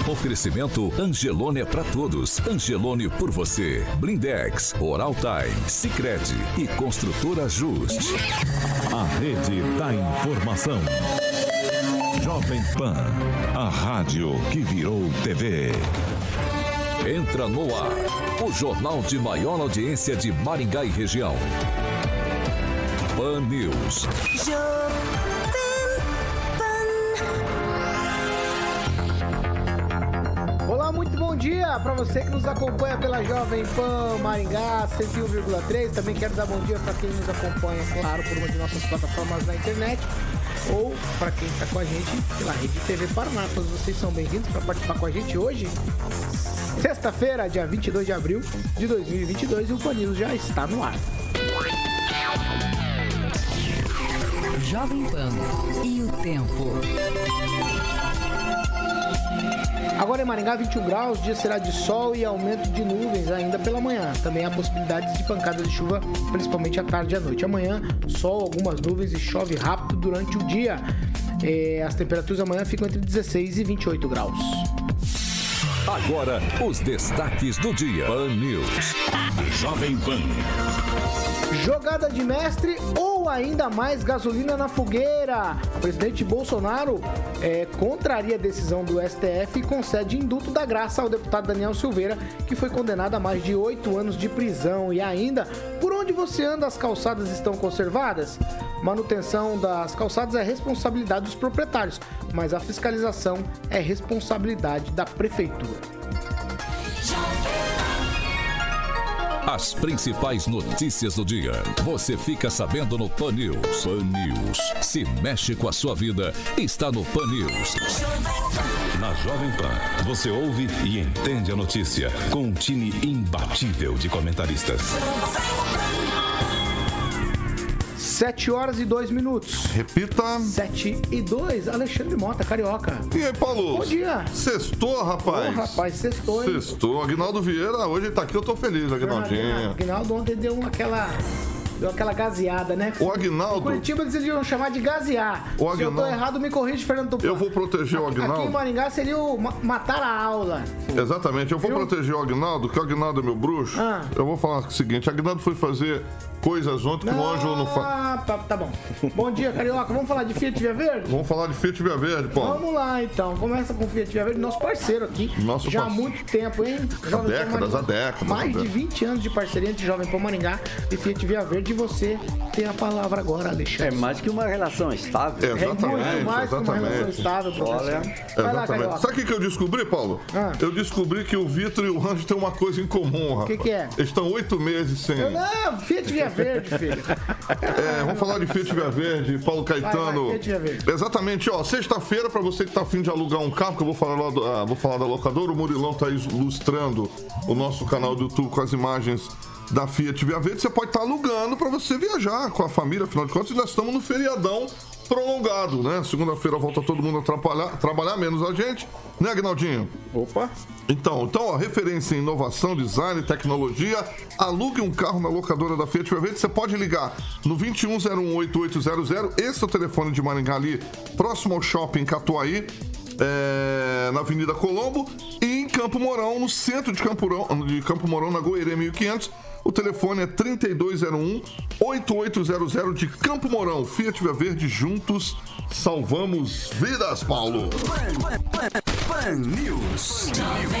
Oferecimento Angelone é pra todos. Angelone por você. Blindex, Oral Time, Sicredi e Construtora Just. A rede da informação. Jovem Pan, a rádio que virou TV. Entra no ar, o jornal de maior audiência de Maringá e região. Pan News. Olá, muito bom dia para você que nos acompanha pela Jovem Pan Maringá 101,3. Também quero dar bom dia para quem nos acompanha, claro, por uma de nossas plataformas na internet ou para quem está com a gente pela Rede TV Paraná. Todos vocês são bem-vindos para participar com a gente hoje, sexta-feira, dia 22 de abril de 2022, e o Pan News já está no ar. Jovem Pan e o tempo. Agora em Maringá, 21 graus, o dia será de sol e aumento de nuvens ainda pela manhã. Também há possibilidades de pancadas de chuva, principalmente à tarde e à noite. Amanhã, sol, algumas nuvens e chove rápido durante o dia. As temperaturas amanhã ficam entre 16 e 28 graus. Agora, os destaques do dia. Pan News. Jovem Pan. Jogada de mestre ou ainda mais gasolina na fogueira? O presidente Bolsonaro contraria a decisão do STF e concede indulto da graça ao deputado Daniel Silveira, que foi condenado a mais de 8 anos de prisão. E ainda, por onde você anda, as calçadas estão conservadas? Manutenção das calçadas é responsabilidade dos proprietários, mas a fiscalização é responsabilidade da prefeitura. As principais notícias do dia. Você fica sabendo no Pan News. Pan News. Se mexe com a sua vida, está no Pan News. Na Jovem Pan, você ouve e entende a notícia com um time imbatível de comentaristas. 7 horas e 2 minutos. Repita. 7 e 2. Alexandre Mota, carioca. E aí, Paulo? Bom dia. Sextou, rapaz. Ô, rapaz, sextou, hein? Sextou. Aguinaldo Vieira, hoje ele tá aqui, eu tô feliz, Aguinaldinho. Aguinaldo ontem deu aquela gazeada, né? O Aguinaldo... Em Curitiba eles iriam chamar de gazear. O Aguinaldo... Se eu tô errado, me corrige, Fernando Tupan. Eu vou proteger o Aguinaldo. Aqui em Maringá seria o matar a aula. Exatamente. Eu vou proteger o Aguinaldo, que o Aguinaldo é meu bruxo. Eu vou falar o seguinte, o Aguinaldo foi fazer coisas ontem que o anjo não faz. Tá bom. Bom dia, carioca. Vamos falar de Fiat Via Verde? Vamos falar de Fiat Via Verde, Paulo. Vamos lá, então. Começa com o Fiat Via Verde, nosso parceiro aqui. Já há muito tempo, hein? Há décadas. Mais de 20 anos de parceria entre Jovem Pan Maringá e Fiat Via Verde. E você tem a palavra agora, Alexandre. É mais que uma relação estável. Exatamente. É muito mais que uma relação estável, professor. Vai lá, carioca. Sabe o que eu descobri, Paulo? Eu descobri que o Vitor e o Anjo têm uma coisa em comum, rapaz. O que é? Eles estão 8 meses sem... Não, Fiat Via Verde, filho. Vamos falar de Fiat Via Verde, Paulo Caetano. Vai, Fiat Via Verde. Exatamente, ó, sexta-feira, pra você que tá afim de alugar um carro, que eu vou falar da locadora, o Murilão tá ilustrando o nosso canal do YouTube com as imagens da Fiat Via Verde. Você pode estar alugando pra você viajar com a família, afinal de contas, nós estamos no feriadão prolongado, né? Segunda-feira volta todo mundo a trabalhar menos a gente, né, Aguinaldinho? Opa! Então, ó, referência em inovação, design e tecnologia. Alugue um carro na locadora da Fiat Via Verde. Você pode ligar no 21018800. Esse é o telefone de Maringá ali, próximo ao shopping Catuaí, na Avenida Colombo, e em Campo Mourão, no centro de Campo Mourão, na Goerê 1500. O telefone é 3201-8800 de Campo Mourão. Fiat Via Verde, juntos salvamos vidas, Paulo. Pan News.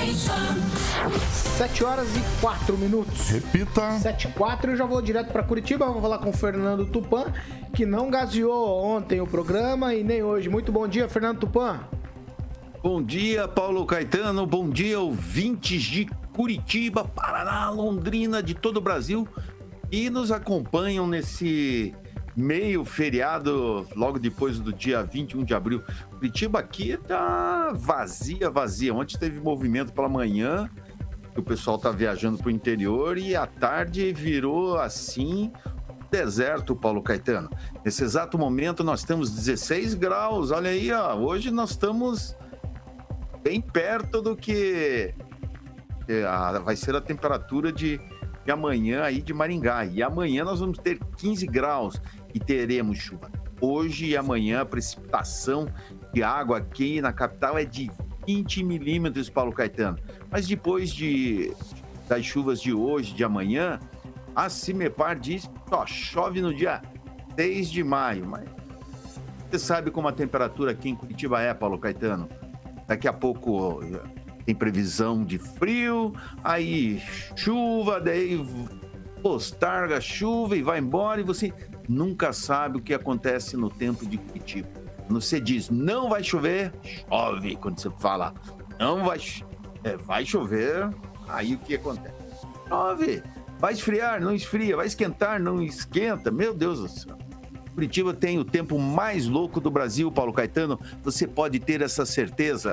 7 horas e 4 minutos. Repita. 7 e 4, eu já vou direto para Curitiba. Vamos falar com o Fernando Tupan, que não gazeou ontem o programa e nem hoje. Muito bom dia, Fernando Tupan. Bom dia, Paulo Caetano. Bom dia, ouvintes de Curitiba, Paraná, Londrina, de todo o Brasil, e nos acompanham nesse meio feriado, logo depois do dia 21 de abril. Curitiba aqui tá vazia. Ontem teve movimento pela manhã, o pessoal tá viajando pro interior, e à tarde virou assim deserto, Paulo Caetano. Nesse exato momento nós temos 16 graus, olha aí, ó. Hoje nós estamos bem perto do que vai ser a temperatura de amanhã aí de Maringá. E amanhã nós vamos ter 15 graus e teremos chuva. Hoje e amanhã a precipitação de água aqui na capital é de 20 milímetros, Paulo Caetano. Mas depois das chuvas de hoje, de amanhã, a Cimepar diz que só chove no dia 6 de maio. Mas você sabe como a temperatura aqui em Curitiba é, Paulo Caetano? Daqui a pouco tem previsão de frio, aí chuva, daí postarga a chuva e vai embora, e você nunca sabe o que acontece no tempo de Curitiba. Quando você diz não vai chover, chove. Quando você fala não vai chover, aí o que acontece? Chove. Vai esfriar, não esfria. Vai esquentar, não esquenta. Meu Deus do céu. Curitiba tem o tempo mais louco do Brasil, Paulo Caetano. Você pode ter essa certeza.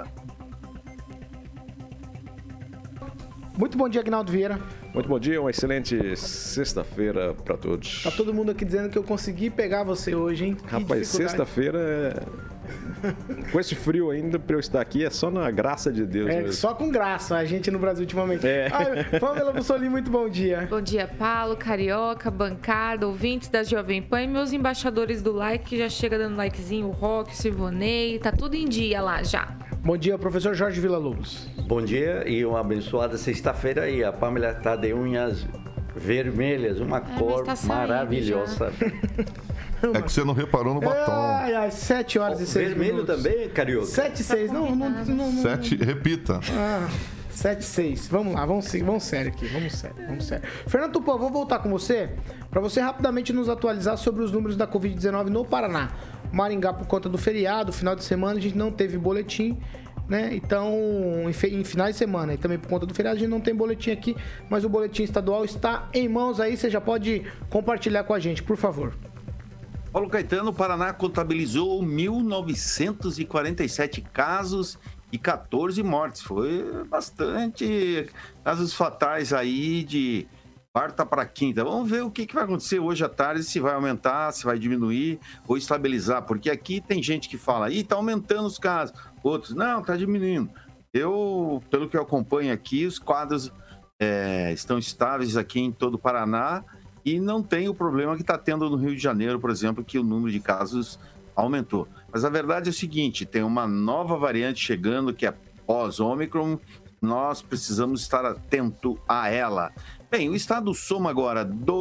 Muito bom dia, Aguinaldo Vieira. Muito bom dia, uma excelente sexta-feira para todos. Tá todo mundo aqui dizendo que eu consegui pegar você hoje, hein? Rapaz, sexta-feira, com esse frio ainda, para eu estar aqui, é só na graça de Deus. É, mesmo. só com graça, a gente no Brasil ultimamente. É. Pamela Bussolini, muito bom dia. Bom dia, Paulo, Carioca, bancada, ouvintes da Jovem Pan e meus embaixadores do like, que já chega dando likezinho, o Roque, o Silvonei, tá tudo em dia lá já. Bom dia, professor Jorge Villa-Lobos. Bom dia e uma abençoada sexta-feira aí. A Pamela está de unhas vermelhas, uma cor tá maravilhosa. É que você não reparou no batom. Ai, 7 horas e 6 Vermelho minutos. também, Carioca? 7 e 6, não. 7, repita. 7 e 6. Vamos lá, vamos sério aqui, vamos sério. Fernando Tupan, vou voltar com você, para você rapidamente nos atualizar sobre os números da Covid-19 no Paraná. Maringá, por conta do feriado, final de semana, a gente não teve boletim, né? Então, em finais de semana e também por conta do feriado, a gente não tem boletim aqui, mas o boletim estadual está em mãos aí, você já pode compartilhar com a gente, por favor. Paulo Caetano, o Paraná contabilizou 1.947 casos e 14 mortes. Foi bastante casos fatais aí de quarta para quinta. Vamos ver o que vai acontecer hoje à tarde, se vai aumentar, se vai diminuir ou estabilizar, porque aqui tem gente que fala, tá aumentando os casos, outros, não, tá diminuindo. Pelo que eu acompanho aqui, os quadros estão estáveis aqui em todo o Paraná e não tem o problema que está tendo no Rio de Janeiro, por exemplo, que o número de casos aumentou. Mas a verdade é o seguinte, tem uma nova variante chegando, que é pós-Omicron, nós precisamos estar atento a ela. Bem, o estado soma agora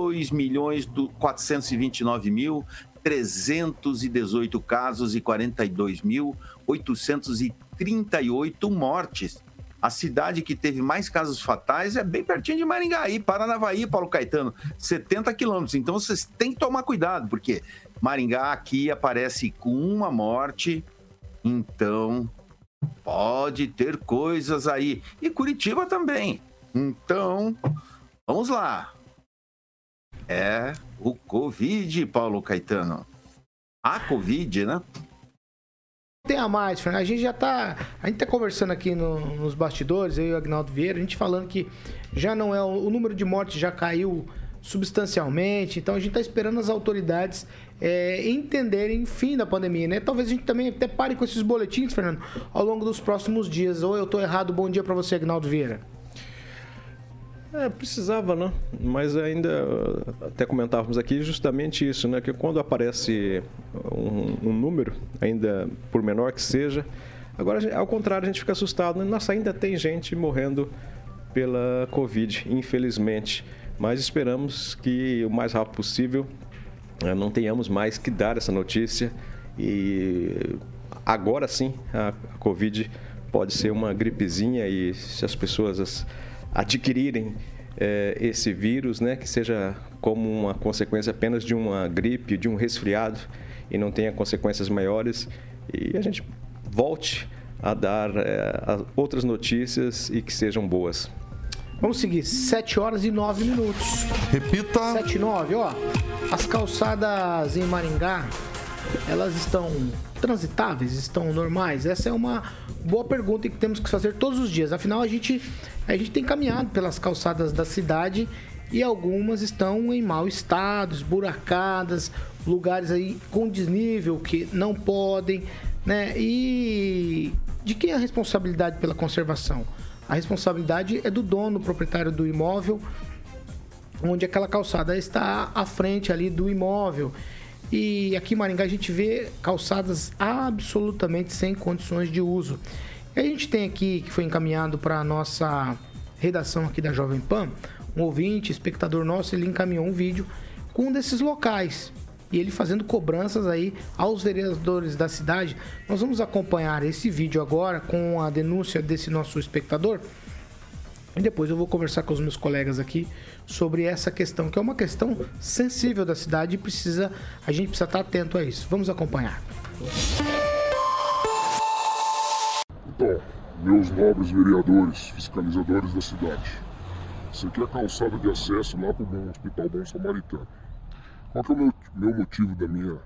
2.429.318 casos e 42.838 mortes. A cidade que teve mais casos fatais é bem pertinho de Maringaí, Paranavaí, Paulo Caetano, 70 quilômetros. Então vocês têm que tomar cuidado, porque Maringá aqui aparece com uma morte, então pode ter coisas aí. E Curitiba também. Então, vamos lá. É o Covid, Paulo Caetano. A Covid, né? Tem a mais, Fernando. A gente tá conversando aqui nos bastidores, eu e o Aguinaldo Vieira, a gente falando que já não é, o número de mortes já caiu substancialmente, então a gente está esperando as autoridades entenderem o fim da pandemia, né? Talvez a gente também até pare com esses boletins, Fernando, ao longo dos próximos dias. Ou eu estou errado? Bom dia para você, Aguinaldo Vieira. Precisava, né? Mas ainda, até comentávamos aqui justamente isso, né? Que quando aparece um número, ainda por menor que seja, agora, ao contrário, a gente fica assustado, né? Nossa, ainda tem gente morrendo pela Covid, infelizmente. Mas esperamos que o mais rápido possível não tenhamos mais que dar essa notícia e agora sim a Covid pode ser uma gripezinha e se as pessoas adquirirem esse vírus, né, que seja como uma consequência apenas de uma gripe, de um resfriado e não tenha consequências maiores e a gente volte a dar outras notícias e que sejam boas. Vamos seguir, 7 horas e 9 minutos. Repita. 7 e 9, ó. As calçadas em Maringá, elas estão transitáveis, estão normais? Essa é uma boa pergunta que temos que fazer todos os dias. Afinal, a gente tem caminhado pelas calçadas da cidade e algumas estão em mau estado, esburacadas, lugares aí com desnível que não podem, né? E de quem é a responsabilidade pela conservação? A responsabilidade é do dono, proprietário do imóvel, onde aquela calçada está à frente ali do imóvel. E aqui em Maringá a gente vê calçadas absolutamente sem condições de uso. E a gente tem aqui, que foi encaminhado para a nossa redação aqui da Jovem Pan, um ouvinte, espectador nosso, ele encaminhou um vídeo com um desses locais. E ele fazendo cobranças aí aos vereadores da cidade. Nós vamos acompanhar esse vídeo agora com a denúncia desse nosso espectador. E depois eu vou conversar com os meus colegas aqui sobre essa questão, que é uma questão sensível da cidade e a gente precisa estar atento a isso. Vamos acompanhar. Então, meus nobres vereadores, fiscalizadores da cidade, isso aqui é a calçada de acesso lá para o Hospital Bom Samaritano. Qual que é o meu motivo da minha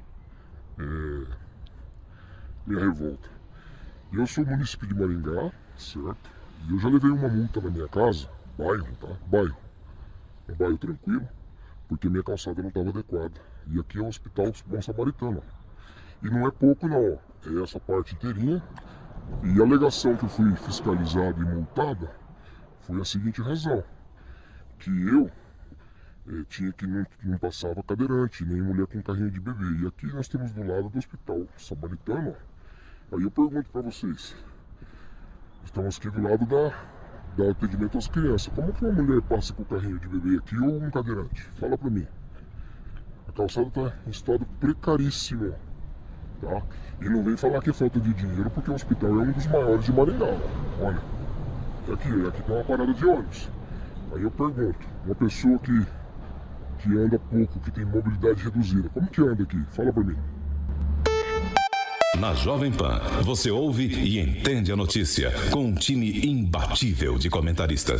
revolta? Eu sou município de Maringá, certo? E eu já levei uma multa na minha casa, bairro, tá? Um bairro tranquilo, porque minha calçada não estava adequada. E aqui é o Hospital Bom Samaritano. E não é pouco não, é essa parte inteirinha. E a alegação que eu fui fiscalizado e multado foi a seguinte razão, que eu tinha que não passava cadeirante, nem mulher com carrinho de bebê. E aqui nós estamos do lado do Hospital Samaritano. Aí eu pergunto para vocês, estamos aqui do lado da atendimento às crianças. Como que uma mulher passa com carrinho de bebê aqui ou um cadeirante? Fala para mim. A calçada está em estado precaríssimo, tá? E não vem falar que é falta de dinheiro, porque o hospital é um dos maiores de Maringá. Olha, aqui tem uma parada de ônibus. Aí eu pergunto, uma pessoa que anda pouco, que tem mobilidade reduzida, como que anda aqui? Fala pra mim. Na Jovem Pan, você ouve e entende a notícia com um time imbatível de comentaristas.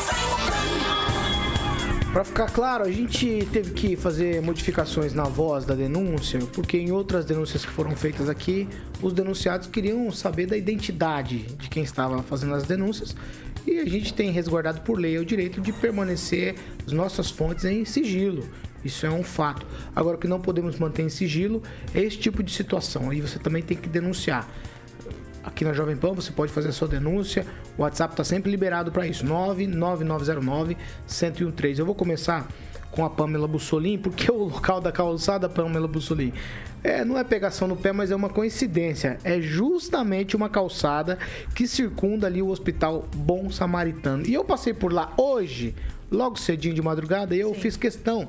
Para ficar claro, a gente teve que fazer modificações na voz da denúncia, porque em outras denúncias que foram feitas aqui, os denunciados queriam saber da identidade de quem estava fazendo as denúncias, e a gente tem resguardado por lei o direito de permanecer as nossas fontes em sigilo. Isso é um fato. Agora, o que não podemos manter em sigilo é esse tipo de situação. Aí você também tem que denunciar. Aqui na Jovem Pan você pode fazer a sua denúncia. O WhatsApp está sempre liberado para isso. 99909-1013. Eu vou começar com a Pamela Bussolini, porque o local da calçada Pamela Bussolini não é pegação no pé, mas é uma coincidência. É justamente uma calçada que circunda ali o Hospital Bom Samaritano. E eu passei por lá hoje, logo cedinho de madrugada, e eu fiz questão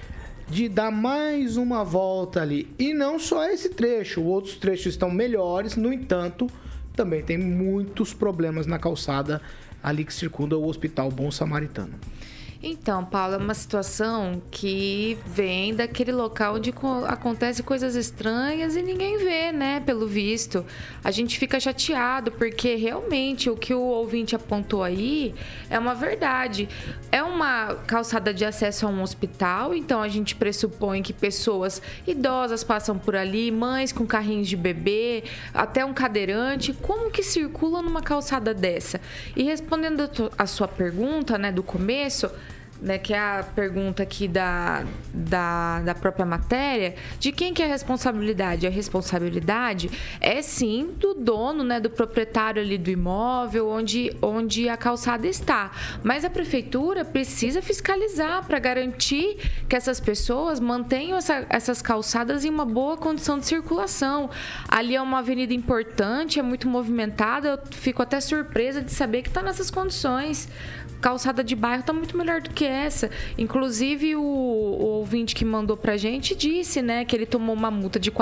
de dar mais uma volta ali. E não só esse trecho, outros trechos estão melhores, no entanto, também tem muitos problemas na calçada ali que circunda o Hospital Bom Samaritano. Então, Paulo, é uma situação que vem daquele local onde acontecem coisas estranhas e ninguém vê, né, pelo visto. A gente fica chateado porque realmente o que o ouvinte apontou aí é uma verdade. É uma calçada de acesso a um hospital, então a gente pressupõe que pessoas idosas passam por ali, mães com carrinhos de bebê, até um cadeirante. Como que circulam numa calçada dessa? E respondendo a sua pergunta, né, do começo, né, que é a pergunta aqui da própria matéria, de quem que é a responsabilidade? A responsabilidade é sim do dono, né, do proprietário ali do imóvel onde a calçada está. Mas a prefeitura precisa fiscalizar para garantir que essas pessoas mantenham essas calçadas em uma boa condição de circulação. Ali é uma avenida importante, é muito movimentada, eu fico até surpresa de saber que está nessas condições. Calçada de bairro está muito melhor do que essa. Inclusive, o ouvinte que mandou pra gente disse, né, que ele tomou uma multa de R$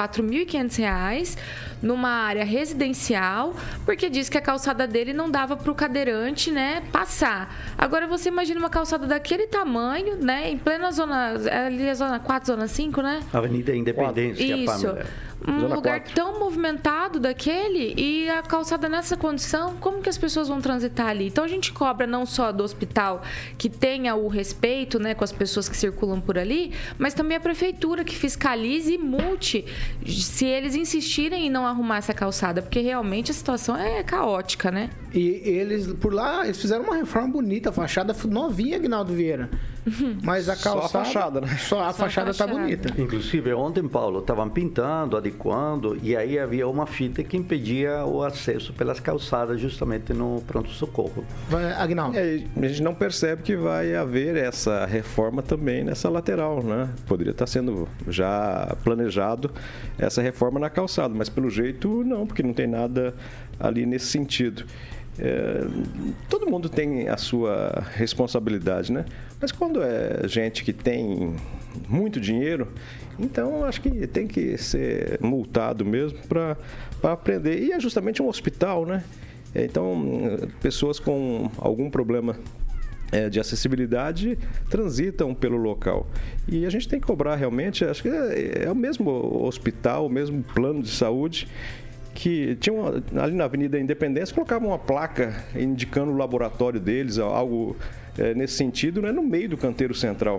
4.500 numa área residencial, porque disse que a calçada dele não dava pro cadeirante, né, passar. Agora, você imagina uma calçada daquele tamanho, né, em plena zona, ali é zona 4, zona 5, né? Avenida Independência. Isso. Um Zona lugar 4. tão movimentado daquele e a calçada nessa condição, como que as pessoas vão transitar ali? Então a gente cobra não só do hospital que tenha o respeito, né, com as pessoas que circulam por ali, mas também a prefeitura que fiscalize e multe se eles insistirem em não arrumar essa calçada, porque realmente a situação é caótica, né? E eles, por lá, eles fizeram uma reforma bonita, fachada novinha, Aguinaldo Vieira. Mas a calçada... Só a fachada, né? Só a fachada tá bonita. Inclusive, ontem, Paulo, estavam pintando, adequando, e aí havia uma fita que impedia o acesso pelas calçadas justamente no pronto-socorro. Aguinaldo. A gente não percebe que vai haver essa reforma também nessa lateral, né? Poderia estar sendo já planejado essa reforma na calçada, mas pelo jeito não, porque não tem nada ali nesse sentido. Todo mundo tem a sua responsabilidade, né? Mas quando é gente que tem muito dinheiro, então acho que tem que ser multado mesmo para aprender. E é justamente um hospital, né? Então, pessoas com algum problema de acessibilidade transitam pelo local. E a gente tem que cobrar realmente, acho que é o mesmo hospital, o mesmo plano de saúde, que tinha ali na Avenida Independência, colocavam uma placa indicando o laboratório deles, algo nesse sentido, né, no meio do canteiro central.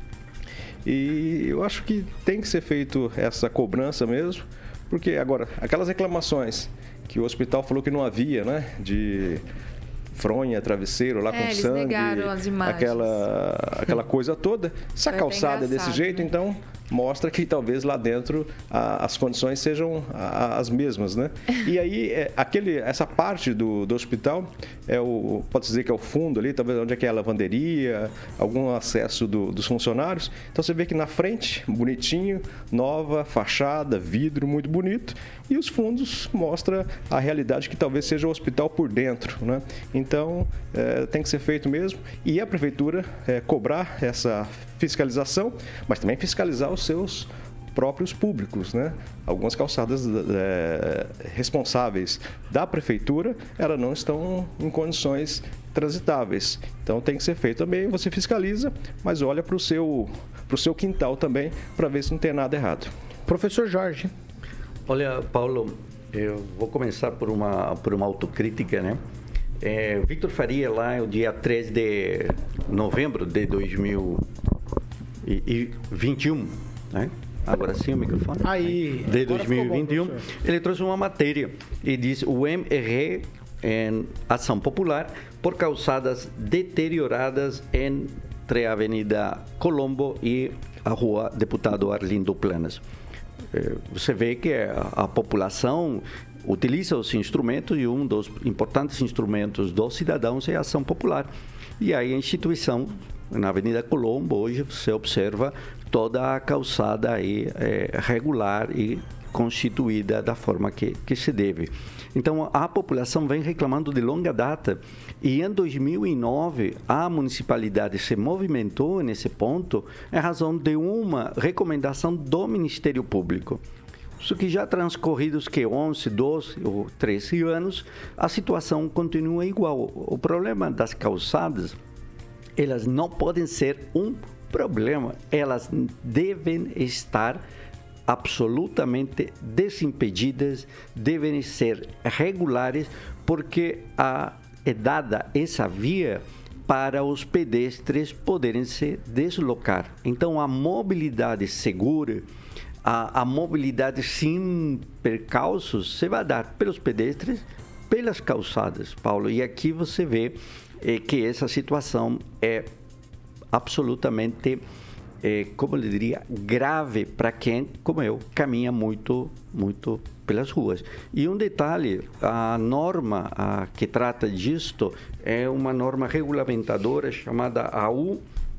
E eu acho que tem que ser feito essa cobrança mesmo, porque agora, aquelas reclamações que o hospital falou que não havia, né, de fronha, travesseiro lá com sangue, negaram as imagens. aquela coisa toda. Se a calçada é desse jeito, né? Então mostra que talvez lá dentro as condições sejam as mesmas, né? E aí essa parte do hospital pode dizer que é o fundo ali, talvez onde é que é a lavanderia, algum acesso dos funcionários. Então você vê que na frente, bonitinho, nova, fachada, vidro, muito bonito, e os fundos mostra a realidade que talvez seja o hospital por dentro, né? Então tem que ser feito mesmo, e a prefeitura cobrar essa fiscalização, mas também fiscalizar os seus próprios públicos, né? Algumas calçadas responsáveis da prefeitura, elas não estão em condições transitáveis. Então tem que ser feito também, você fiscaliza, mas olha para o seu quintal também, para ver se não tem nada errado. Professor Jorge. Olha, Paulo, eu vou começar por uma autocrítica, né? Victor Faria, lá no dia 3 de novembro de 2021, né? Agora sim o microfone. Aí, de 2021, ele trouxe uma matéria e diz: o MR em ação popular por calçadas deterioradas entre a Avenida Colombo e a Rua Deputado Arlindo Planas. Você vê que a população utiliza os instrumentos, e um dos importantes instrumentos dos cidadãos é a ação popular. E aí a instituição, na Avenida Colombo, hoje você observa toda a calçada aí regular e constituída da forma que se deve. Então, a população vem reclamando de longa data, e em 2009 a municipalidade se movimentou nesse ponto em razão de uma recomendação do Ministério Público. Isso que já transcorridos 11, 12 ou 13 anos, a situação continua igual. O problema das calçadas, elas não podem ser um problema, elas devem estar absolutamente desimpedidas, devem ser regulares, porque é dada essa via para os pedestres poderem se deslocar. Então, a mobilidade segura, a mobilidade sem percalços, se vai dar pelos pedestres, pelas calçadas, Paulo. E aqui você vê que essa situação é absolutamente, como eu diria, grave para quem, como eu, caminha muito, muito pelas ruas. E um detalhe, a norma que trata disto é uma norma regulamentadora chamada AU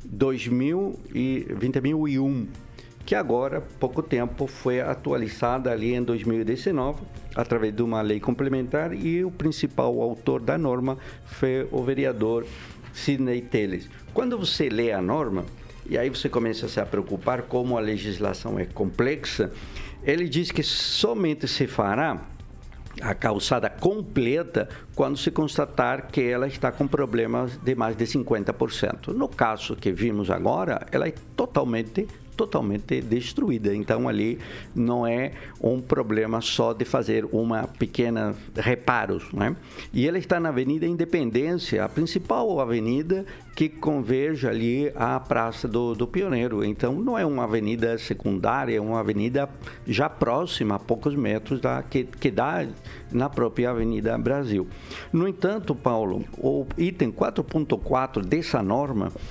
2001, que agora, há pouco tempo, foi atualizada ali em 2019, através de uma lei complementar, e o principal autor da norma foi o vereador Sidney Teles. Quando você lê a norma, e aí você começa a se preocupar como a legislação é complexa, ele diz que somente se fará a calçada completa quando se constatar que ela está com problemas de mais de 50%. No caso que vimos agora, ela é totalmente destruída. Então, ali não é um problema só de fazer uma pequena reparos, né? E ela está na Avenida Independência, a principal avenida que converge ali à Praça do Pioneiro. Então, não é uma avenida secundária, é uma avenida já próxima, a poucos metros que dá na própria Avenida Brasil. No entanto, Paulo, o item 4.4 dessa norma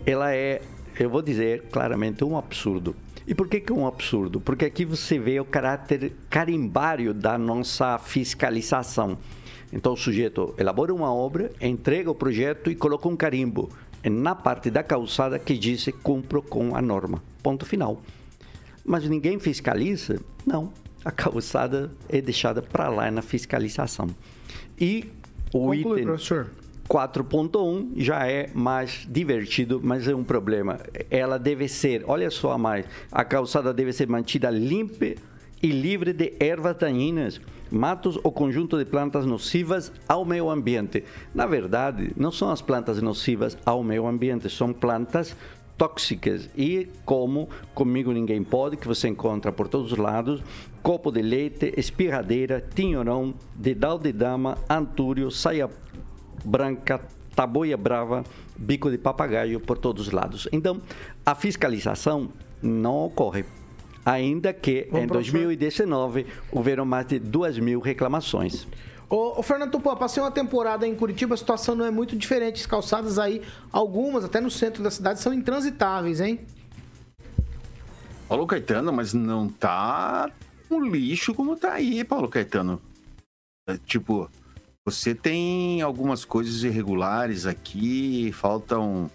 ela é, eu vou dizer claramente, um absurdo. E por que é um absurdo? Porque aqui você vê o caráter carimbário da nossa fiscalização. Então, o sujeito elabora uma obra, entrega o projeto e coloca um carimbo na parte da calçada que diz cumpro com a norma. Ponto final. Mas ninguém fiscaliza? Não. A calçada é deixada para lá na fiscalização. E o Conclui, item professor. 4.1 já é mais divertido, mas é um problema. Ela deve ser, olha só mais, a calçada deve ser mantida limpa e livre de ervas daninhas, matos ou conjunto de plantas nocivas ao meio ambiente. Na verdade, não são as plantas nocivas ao meio ambiente, são plantas tóxicas. E como Comigo Ninguém Pode, que você encontra por todos os lados, copo de leite, espirradeira, tinhorão, dedal de dama, antúrio, saia branca, taboia brava, bico de papagaio por todos os lados. Então, a fiscalização não ocorre. Ainda que em 2019 houveram mais de 2.000 reclamações. Ô Fernando Tupan, passei uma temporada em Curitiba, a situação não é muito diferente. As calçadas aí, algumas até no centro da cidade, são intransitáveis, hein? Paulo Caetano, mas não tá um lixo como tá aí, Paulo Caetano. Tipo, você tem algumas coisas irregulares aqui, falta uma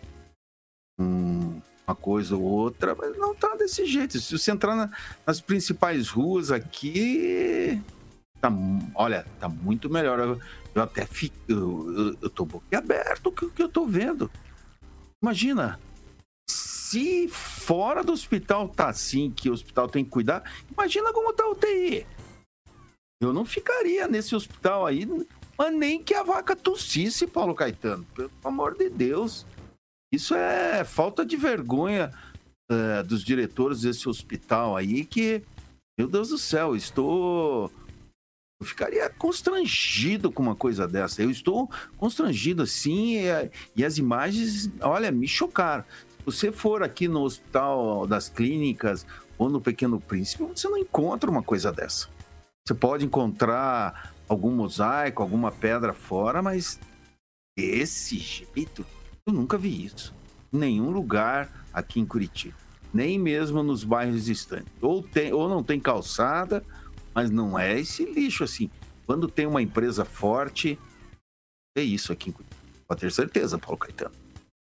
coisa ou outra, mas não tá desse jeito. Se você entrar nas principais ruas aqui, olha, tá muito melhor. Eu até fico, eu tô boquiaberto com o que eu tô vendo. Imagina, se fora do hospital tá assim, que o hospital tem que cuidar, imagina como tá o UTI. Eu não ficaria nesse hospital aí, mas nem que a vaca tossisse, Paulo Caetano. Pelo amor de Deus. Isso é falta de vergonha dos diretores desse hospital aí, que, meu Deus do céu, eu ficaria constrangido com uma coisa dessa. Eu estou constrangido assim, e as imagens, olha, me chocaram. Se você for aqui no Hospital das Clínicas ou no Pequeno Príncipe, você não encontra uma coisa dessa. Você pode encontrar algum mosaico, alguma pedra fora, mas desse jeito, eu nunca vi isso. Em nenhum lugar aqui em Curitiba. Nem mesmo nos bairros distantes. Ou não tem calçada, mas não é esse lixo assim. Quando tem uma empresa forte, é isso aqui em Curitiba. Pode ter certeza, Paulo Caetano.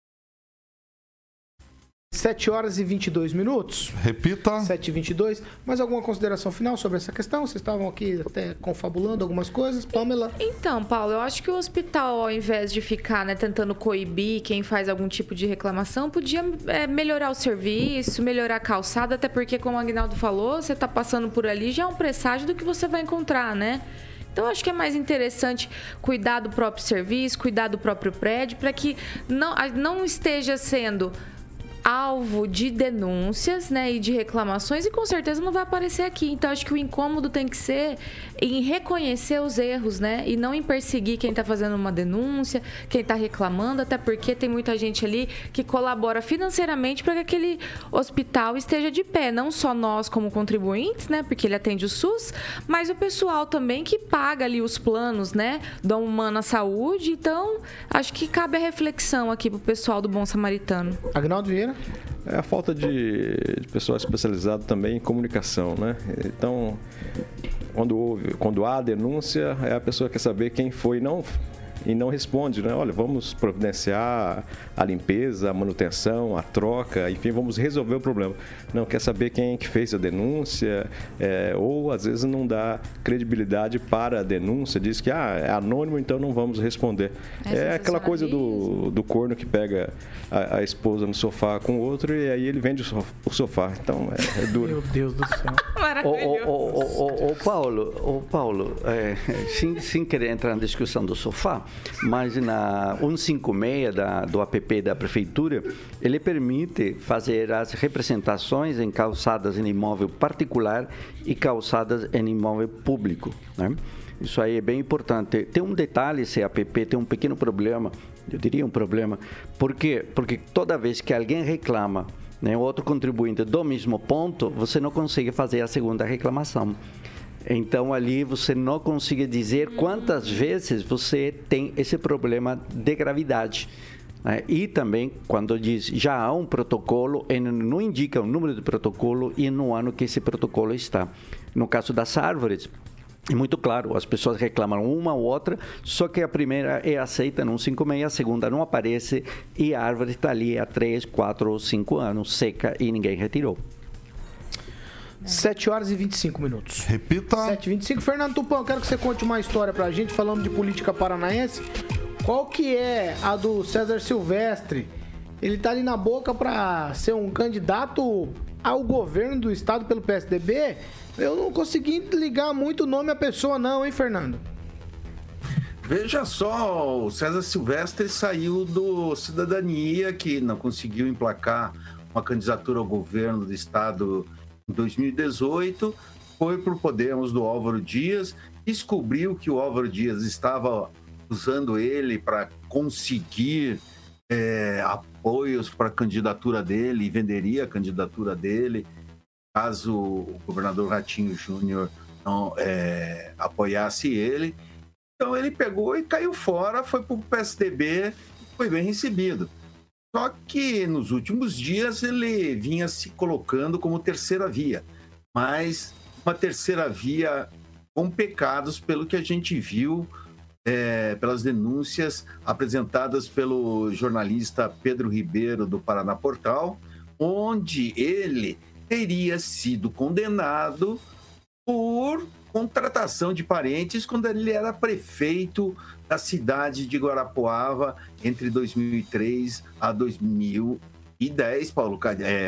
7h22. Repita. 7h22. Mais alguma consideração final sobre essa questão? Vocês estavam aqui até confabulando algumas coisas. Pamela? Então, Paulo, eu acho que o hospital, ao invés de ficar tentando coibir quem faz algum tipo de reclamação, podia melhorar o serviço, melhorar a calçada, até porque, como o Aguinaldo falou, você está passando por ali, já é um presságio do que você vai encontrar, né? Então, eu acho que é mais interessante cuidar do próprio serviço, cuidar do próprio prédio, para que não esteja sendo alvo de denúncias, né, e de reclamações, e com certeza não vai aparecer aqui. Então, acho que o incômodo tem que ser em reconhecer os erros, né, e não em perseguir quem está fazendo uma denúncia, quem está reclamando, até porque tem muita gente ali que colabora financeiramente para que aquele hospital esteja de pé. Não só nós como contribuintes, né, porque ele atende o SUS, mas o pessoal também que paga ali os planos, né, da Humana Saúde. Então, acho que cabe a reflexão aqui pro pessoal do Bom Samaritano. Aguinaldo Vieira? É a falta de pessoal especializado também em comunicação, né? Então, quando há denúncia, a pessoa quer saber quem foi e não responde, né? Olha, vamos providenciar a limpeza, a manutenção, a troca, enfim, vamos resolver o problema. Não quer saber quem que fez a denúncia, ou às vezes não dá credibilidade para a denúncia, diz que é anônimo, então não vamos responder. É aquela coisa do corno que pega a esposa no sofá com o outro e aí ele vende o sofá. Então é duro. Meu Deus do céu. Ô Paulo, sem querer entrar na discussão do sofá, mas na 156 do app da Prefeitura, ele permite fazer as representações em calçadas em imóvel particular e calçadas em imóvel público, né? Isso aí é bem importante. Tem um detalhe, esse app tem um pequeno problema, eu diria um problema. Por quê? Porque toda vez que alguém reclama, né, outro contribuinte do mesmo ponto, você não consegue fazer a segunda reclamação. Então, ali você não consegue dizer quantas vezes você tem esse problema de gravidade. né? E também, quando diz já há um protocolo, ele não indica o número de protocolo e no ano que esse protocolo está. No caso das árvores, é muito claro, as pessoas reclamam uma ou outra, só que a primeira é aceita no 156, a segunda não aparece e a árvore está ali há 3, 4 ou 5 anos, seca e ninguém retirou. 7 horas e 25 minutos. Repita. 7h25. Fernando Tupan, quero que você conte uma história pra gente, falando de política paranaense. Qual que é a do César Silvestre? Ele tá ali na boca pra ser um candidato ao governo do estado pelo PSDB. Eu não consegui ligar muito o nome à pessoa não, hein, Fernando? Veja só, o César Silvestre saiu do Cidadania, que não conseguiu emplacar uma candidatura ao governo do estado em 2018, foi para o Podemos do Álvaro Dias, descobriu que o Álvaro Dias estava usando ele para conseguir apoios para a candidatura dele e venderia a candidatura dele caso o governador Ratinho Júnior não apoiasse ele. Então ele pegou e caiu fora, foi para o PSDB, foi bem recebido. Só que nos últimos dias ele vinha se colocando como terceira via, mas uma terceira via com pecados, pelo que a gente viu, pelas denúncias apresentadas pelo jornalista Pedro Ribeiro do Paraná Portal, onde ele teria sido condenado por contratação de parentes quando ele era prefeito da cidade de Guarapuava entre 2003 a 2010, Paulo,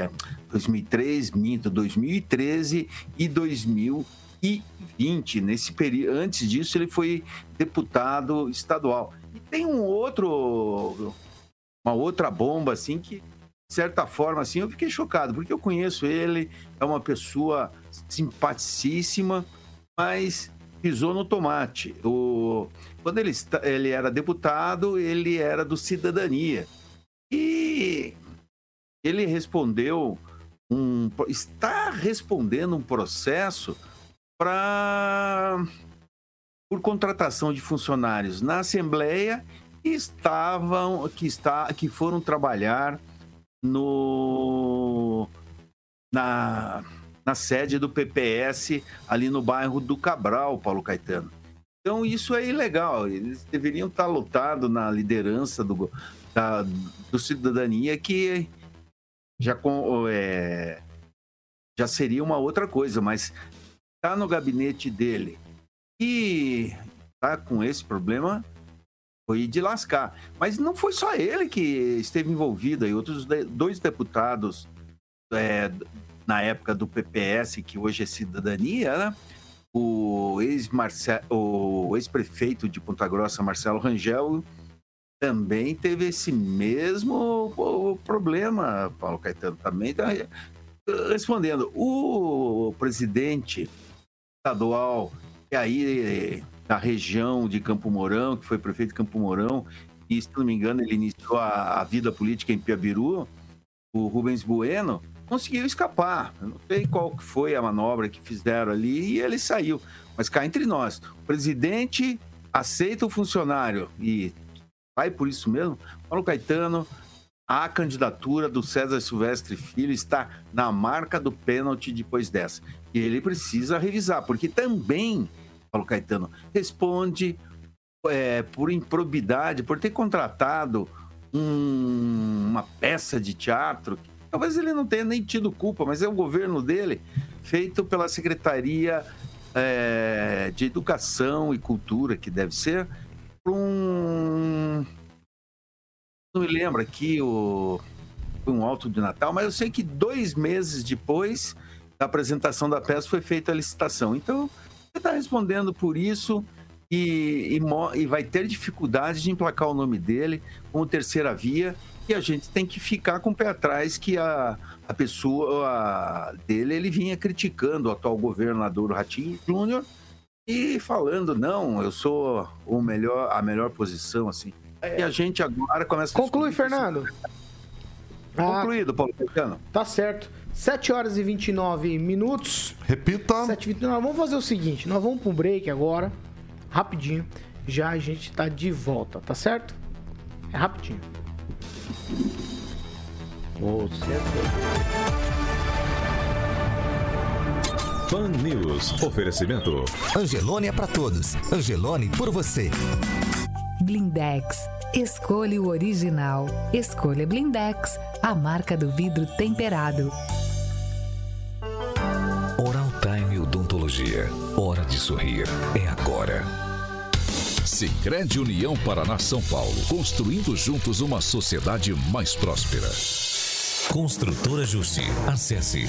2013 e 2020. Nesse período, antes disso, ele foi deputado estadual. E tem uma outra bomba, assim, que, de certa forma, assim, eu fiquei chocado, porque eu conheço ele, é uma pessoa simpaticíssima, mas pisou no tomate. Quando ele era deputado, ele era do Cidadania. E ele está respondendo um processo por contratação de funcionários na Assembleia que foram trabalhar na sede do PPS ali no bairro do Cabral, Paulo Caetano. Então isso é ilegal, eles deveriam estar lotados na liderança do Cidadania, que já seria uma outra coisa, mas está no gabinete dele e está com esse problema, foi de lascar. Mas não foi só ele que esteve envolvido, e outros 2 deputados na época do PPS, que hoje é Cidadania, né? O ex-prefeito de Ponta Grossa, Marcelo Rangel, também teve esse mesmo problema, Paulo Caetano. Também está respondendo. O presidente estadual, que aí da região de Campo Mourão, que foi prefeito de Campo Mourão, e, se não me engano, ele iniciou a vida política em Piabiru, o Rubens Bueno, conseguiu escapar. Eu não sei qual foi a manobra que fizeram ali e ele saiu. Mas cá entre nós, o presidente aceita o funcionário e vai por isso mesmo. Paulo Caetano, a candidatura do César Silvestre Filho está na marca do pênalti depois dessa. E ele precisa revisar, porque também, Paulo Caetano, responde por improbidade, por ter contratado uma peça de teatro. Talvez ele não tenha nem tido culpa, mas é o governo dele, feito pela Secretaria de Educação e Cultura, que deve ser, não me lembro aqui, foi um alto de Natal, mas eu sei que 2 meses depois da apresentação da peça foi feita a licitação. Então, ele está respondendo por isso e vai ter dificuldade de emplacar o nome dele como terceira via. E a gente tem que ficar com o pé atrás que a pessoa dele, ele vinha criticando o atual governador Ratinho Júnior e falando, não, eu sou a melhor posição, assim. E a gente agora começa a... Conclui, Fernando. Concluído, Paulo Caetano. Tá certo. 7 horas e 29 minutos. Repita. 7h29. Vamos fazer o seguinte, nós vamos para um break agora, rapidinho. Já a gente tá de volta, tá certo? É rapidinho. Pan News. Oferecimento. Angelone é para todos. Angelone por você. Blindex. Escolha o original. Escolha Blindex, a marca do vidro temperado. Oral Time Odontologia. Hora de sorrir. É agora. Sicredi União Paraná São Paulo. Construindo juntos uma sociedade mais próspera. Construtora Justi. Acesse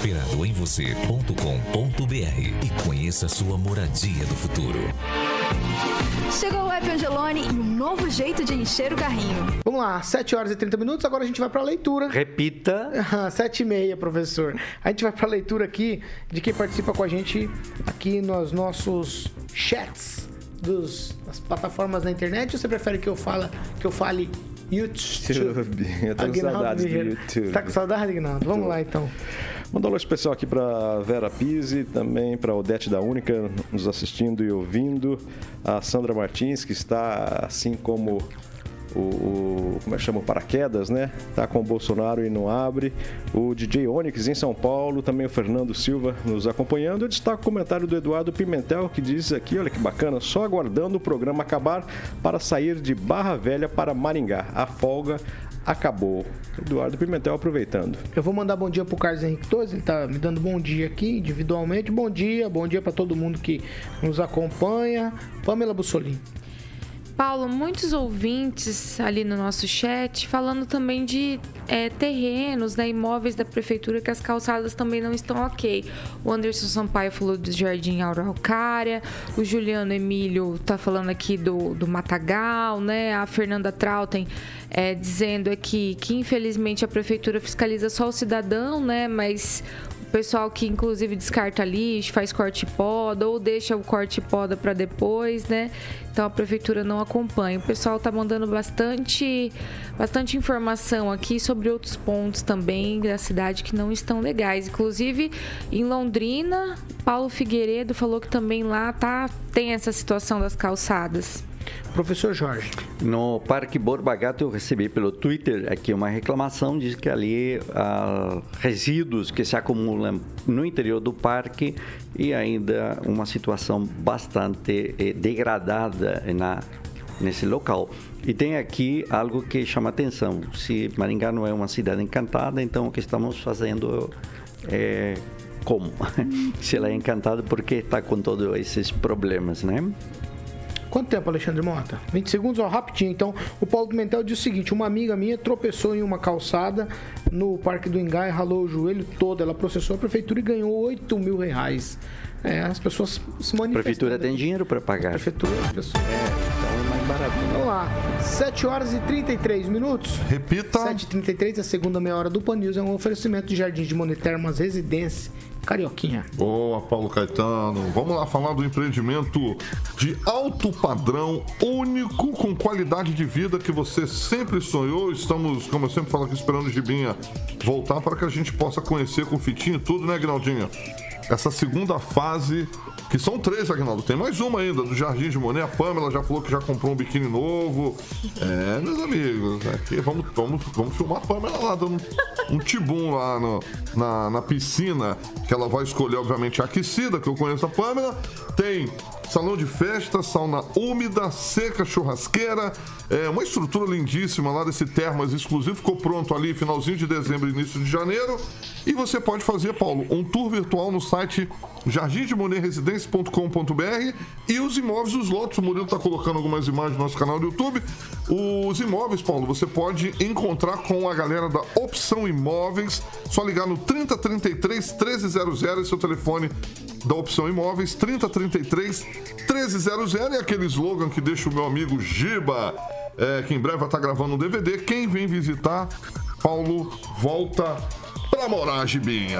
inspiradoemvocê.com.br e conheça sua moradia do futuro. Chegou o app Angelone e um novo jeito de encher o carrinho. Vamos lá, 7 horas e 30 minutos, agora a gente vai para a leitura. Repita. 7h30, professor. A gente vai para a leitura aqui de quem participa com a gente aqui nos nossos chats das plataformas na internet. Ou você prefere que eu fale YouTube? Eu tô com saudades do YouTube. Você tá com saudade, Aguinaldo? Vamos lá, então. Mandar um alô especial aqui para Vera Pizzi, também para Odete da Única, nos assistindo e ouvindo. A Sandra Martins, que está, assim como como é que chama? O Paraquedas, né? Tá com o Bolsonaro e não abre. O DJ Onyx em São Paulo, também o Fernando Silva nos acompanhando. Eu destaco o comentário do Eduardo Pimentel, que diz aqui, olha que bacana, só aguardando o programa acabar para sair de Barra Velha para Maringá. A folga acabou. Eduardo Pimentel aproveitando. Eu vou mandar bom dia pro Carlos Henrique Torres, ele tá me dando bom dia aqui individualmente. Bom dia para todo mundo que nos acompanha. Pamela Bussolini. Paulo, muitos ouvintes ali no nosso chat falando também de terrenos, né, imóveis da prefeitura, que as calçadas também não estão ok. O Anderson Sampaio falou do Jardim Araucária, o Juliano Emílio tá falando aqui do Matagal, né? A Fernanda Trautem dizendo aqui que infelizmente a prefeitura fiscaliza só o cidadão, né? Mas o pessoal que inclusive descarta lixo, faz corte e poda ou deixa o corte e poda para depois, né? Então a prefeitura não acompanha. O pessoal está mandando bastante informação aqui sobre outros pontos também da cidade que não estão legais. Inclusive em Londrina, Paulo Figueiredo falou que também lá tem essa situação das calçadas. Professor Jorge. No Parque Borba Gato eu recebi pelo Twitter aqui uma reclamação, diz que ali resíduos que se acumulam no interior do parque e ainda uma situação bastante degradada nesse local. E tem aqui algo que chama atenção. Se Maringá não é uma cidade encantada, então o que estamos fazendo é como? Se ela é encantada, porque está com todos esses problemas, né? Quanto tempo, Alexandre Mota? 20 segundos, rapidinho. Então, o Paulo Pimentel diz o seguinte: uma amiga minha tropeçou em uma calçada no Parque do Ingá e ralou o joelho todo. Ela processou a prefeitura e ganhou R$8.000. As pessoas se manifestam. A prefeitura tem dinheiro para pagar. A prefeitura, as pessoas. Então é mais barato. Vamos lá. 7 horas e 33 minutos. Repita. 7h33, a segunda meia hora do Pan News é um oferecimento de Jardim de Monitermas Residência Carioquinha. Boa, Paulo Caetano. Vamos lá falar do empreendimento de alto padrão, único, com qualidade de vida que você sempre sonhou. Estamos, como eu sempre falo aqui, esperando o Gibinha voltar para que a gente possa conhecer com fitinho e tudo, né, Aguinaldinho? Essa segunda fase, que são 3, Aguinaldo. Tem mais uma ainda, do Jardim de Monet. A Pamela já falou que já comprou um biquíni novo. Meus amigos, aqui vamos filmar a Pamela lá, dando um tibum lá na piscina, que ela vai escolher, obviamente, aquecida, que eu conheço a Pamela. Tem salão de festa, sauna úmida, seca, churrasqueira, uma estrutura lindíssima lá desse Termas exclusivo, ficou pronto ali finalzinho de dezembro, início de janeiro, e você pode fazer, Paulo, um tour virtual no site jardimdemonerresidência.com.br e os imóveis, os lotes, o Murilo está colocando algumas imagens no nosso canal do YouTube. Os imóveis, Paulo, você pode encontrar com a galera da Opção Imóveis, só ligar no 3033 1300, esse é o telefone da Opção Imóveis, 3033 1300, e aquele slogan que deixa o meu amigo Giba, que em breve vai estar gravando um DVD. Quem vem visitar, Paulo, volta pra morar, Gibinha.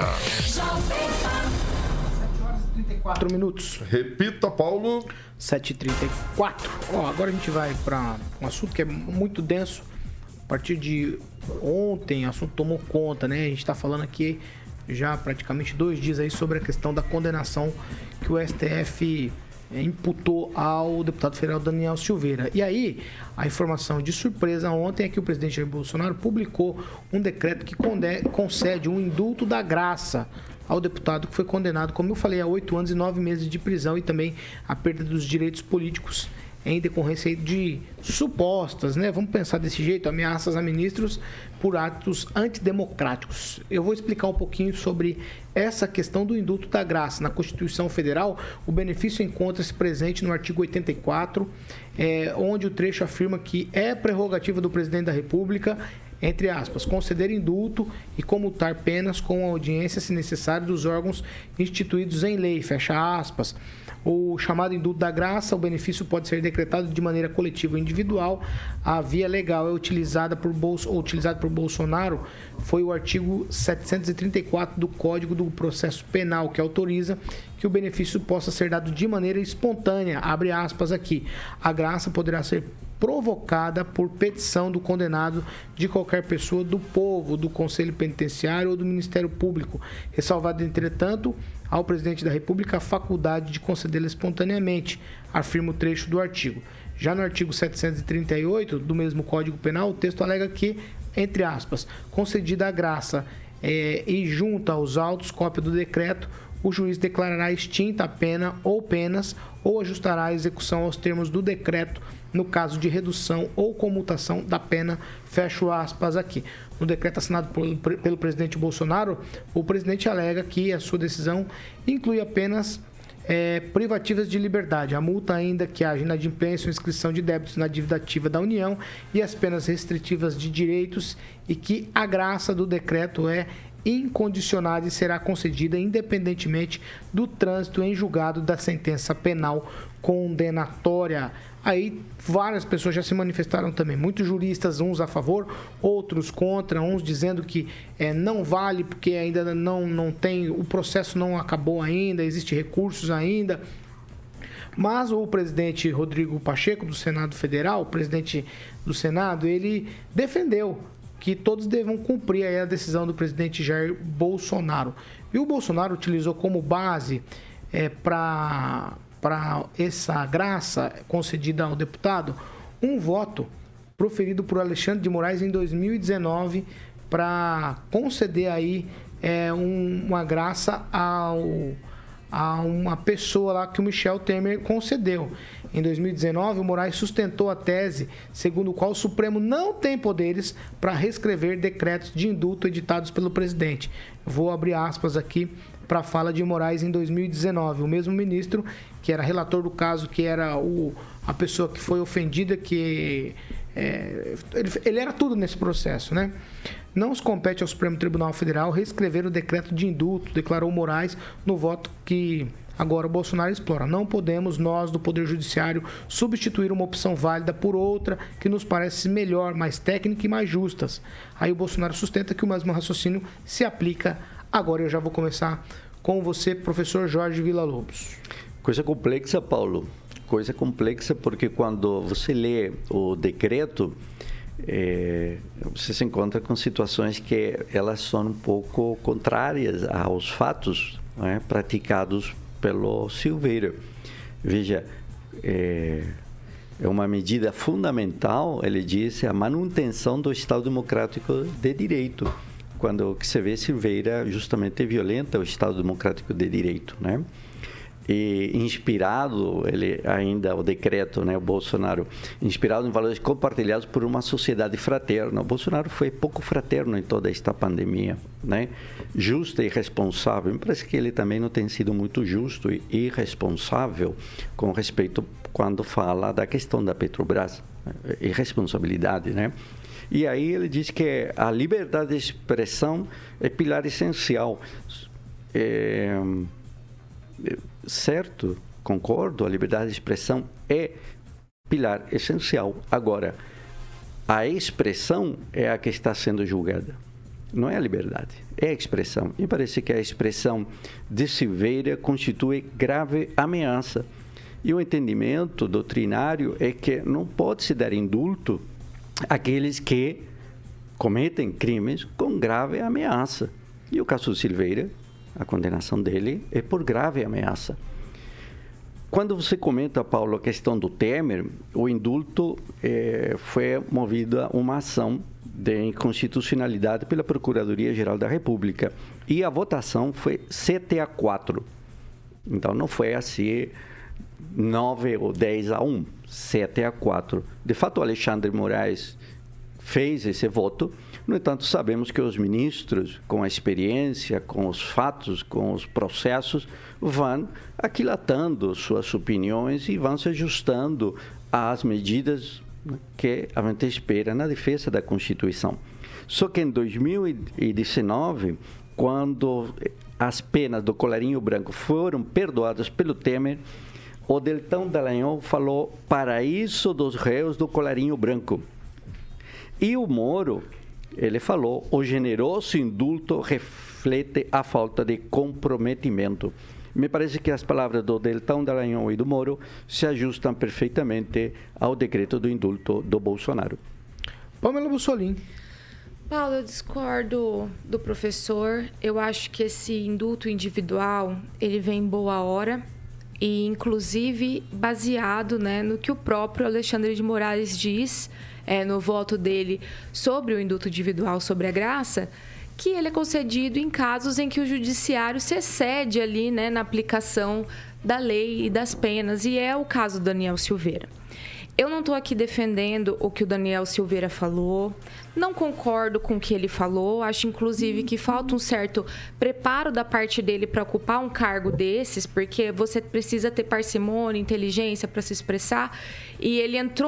4 minutos. Repita, Paulo. 7h34. Agora a gente vai para um assunto que é muito denso. A partir de ontem, o assunto tomou conta, né? A gente está falando aqui já praticamente 2 dias aí sobre a questão da condenação que o STF imputou ao deputado federal Daniel Silveira. E aí, a informação de surpresa ontem é que o presidente Jair Bolsonaro publicou um decreto que concede um indulto da graça ao deputado que foi condenado, como eu falei, a 8 anos e 9 meses de prisão e também a perda dos direitos políticos em decorrência de supostas, vamos pensar desse jeito, ameaças a ministros por atos antidemocráticos. Eu vou explicar um pouquinho sobre essa questão do indulto da graça. Na Constituição Federal, o benefício encontra-se presente no artigo 84, onde o trecho afirma que é prerrogativa do presidente da República, entre aspas, conceder indulto e comutar penas com audiência, se necessário, dos órgãos instituídos em lei, fecha aspas. O chamado indulto da graça, o benefício pode ser decretado de maneira coletiva ou individual. A via legal utilizado por Bolsonaro foi o artigo 734 do Código do Processo Penal, que autoriza que o benefício possa ser dado de maneira espontânea, abre aspas aqui. A graça poderá ser provocada por petição do condenado de qualquer pessoa do povo, do Conselho Penitenciário ou do Ministério Público, ressalvado, entretanto, ao presidente da República a faculdade de concedê-la espontaneamente, afirma o trecho do artigo. Já no artigo 738 do mesmo Código Penal, o texto alega que, entre aspas, concedida a graça e junta aos autos cópia do decreto, o juiz declarará extinta a pena ou penas ou ajustará a execução aos termos do decreto no caso de redução ou comutação da pena, fecho aspas aqui. No decreto assinado pelo presidente Bolsonaro, o presidente alega que a sua decisão inclui apenas privativas de liberdade, a multa ainda que haja inadimplência ou inscrição de débitos na dívida ativa da União e as penas restritivas de direitos, e que a graça do decreto é incondicionada e será concedida independentemente do trânsito em julgado da sentença penal condenatória. Aí várias pessoas já se manifestaram também, muitos juristas, uns a favor, outros contra, uns dizendo que não vale porque ainda não tem, o processo não acabou ainda, existem recursos ainda. Mas o presidente Rodrigo Pacheco, do Senado Federal, o presidente do Senado, ele defendeu que todos devam cumprir a decisão do presidente Jair Bolsonaro. E o Bolsonaro utilizou como base para essa graça concedida ao deputado um voto proferido por Alexandre de Moraes em 2019 para conceder aí uma graça a uma pessoa lá que o Michel Temer concedeu. Em 2019, o Moraes sustentou a tese segundo a qual o Supremo não tem poderes para reescrever decretos de indulto editados pelo presidente. Vou abrir aspas aqui para a fala de Moraes em 2019. O mesmo ministro, que era relator do caso, que era a pessoa que foi ofendida, que ele era tudo nesse processo, né? Não os compete ao Supremo Tribunal Federal reescrever o decreto de indulto, declarou Moraes no voto que agora o Bolsonaro explora. Não podemos, nós do Poder Judiciário, substituir uma opção válida por outra que nos parece melhor, mais técnica e mais justas. Aí o Bolsonaro sustenta que o mesmo raciocínio se aplica. Agora eu já vou começar com você, professor Jorge Villa-Lobos. Coisa complexa, Paulo. Coisa complexa porque quando você lê o decreto, você se encontra com situações que elas são um pouco contrárias aos fatos praticados pelo Silveira. Veja, é uma medida fundamental, ele disse, a manutenção do Estado Democrático de Direito. Quando que se vê Silveira justamente violenta o Estado Democrático de Direito, né? E inspirado, o decreto, o Bolsonaro, inspirado em valores compartilhados por uma sociedade fraterna. O Bolsonaro foi pouco fraterno em toda esta pandemia, né? Justo e responsável. Me parece que ele também não tem sido muito justo e irresponsável com respeito quando fala da questão da Petrobras, irresponsabilidade, né? E aí ele diz que a liberdade de expressão é pilar essencial. Certo, concordo, a liberdade de expressão é pilar essencial. Agora, a expressão é a que está sendo julgada. Não é a liberdade, é a expressão. E parece que a expressão de Silveira constitui grave ameaça. E o entendimento doutrinário é que não pode se dar indulto àqueles que cometem crimes com grave ameaça. E o caso do Silveira, a condenação dele é por grave ameaça. quando você comenta, Paulo, a questão do Temer, o indulto foi movida uma ação de inconstitucionalidade pela Procuradoria-Geral da República. E a votação foi 7-4. Então, não foi assim 9 ou 10-1, 7-4. De fato, o Alexandre de Moraes fez esse voto. No entanto, sabemos que os ministros, com a experiência, com os fatos, com os processos, vão aquilatando suas opiniões e vão se ajustando às medidas que a gente espera na defesa da Constituição. Só que em 2019, quando as penas do colarinho branco foram perdoadas pelo Temer, o Deltan Dallagnol falou paraíso dos réus do colarinho branco. E o Moro, ele falou, o generoso indulto reflete a falta de comprometimento. Me parece que as palavras do Deltan Dallagnol e do Moro se ajustam perfeitamente ao decreto do indulto do Bolsonaro. Pamela Bussolini. Paulo, eu discordo do professor. Eu acho que esse indulto individual, ele vem em boa hora e, inclusive, baseado, né, no que o próprio Alexandre de Moraes diz no voto dele sobre o indulto individual sobre a graça, que ele é concedido em casos em que o judiciário se excede ali, né, na aplicação da lei e das penas, e é o caso do Daniel Silveira. Eu não estou aqui defendendo o que o Daniel Silveira falou, não concordo com o que ele falou, acho inclusive que falta um certo preparo da parte dele para ocupar um cargo desses, porque você precisa ter parcimônia, inteligência para se expressar, e ele entrou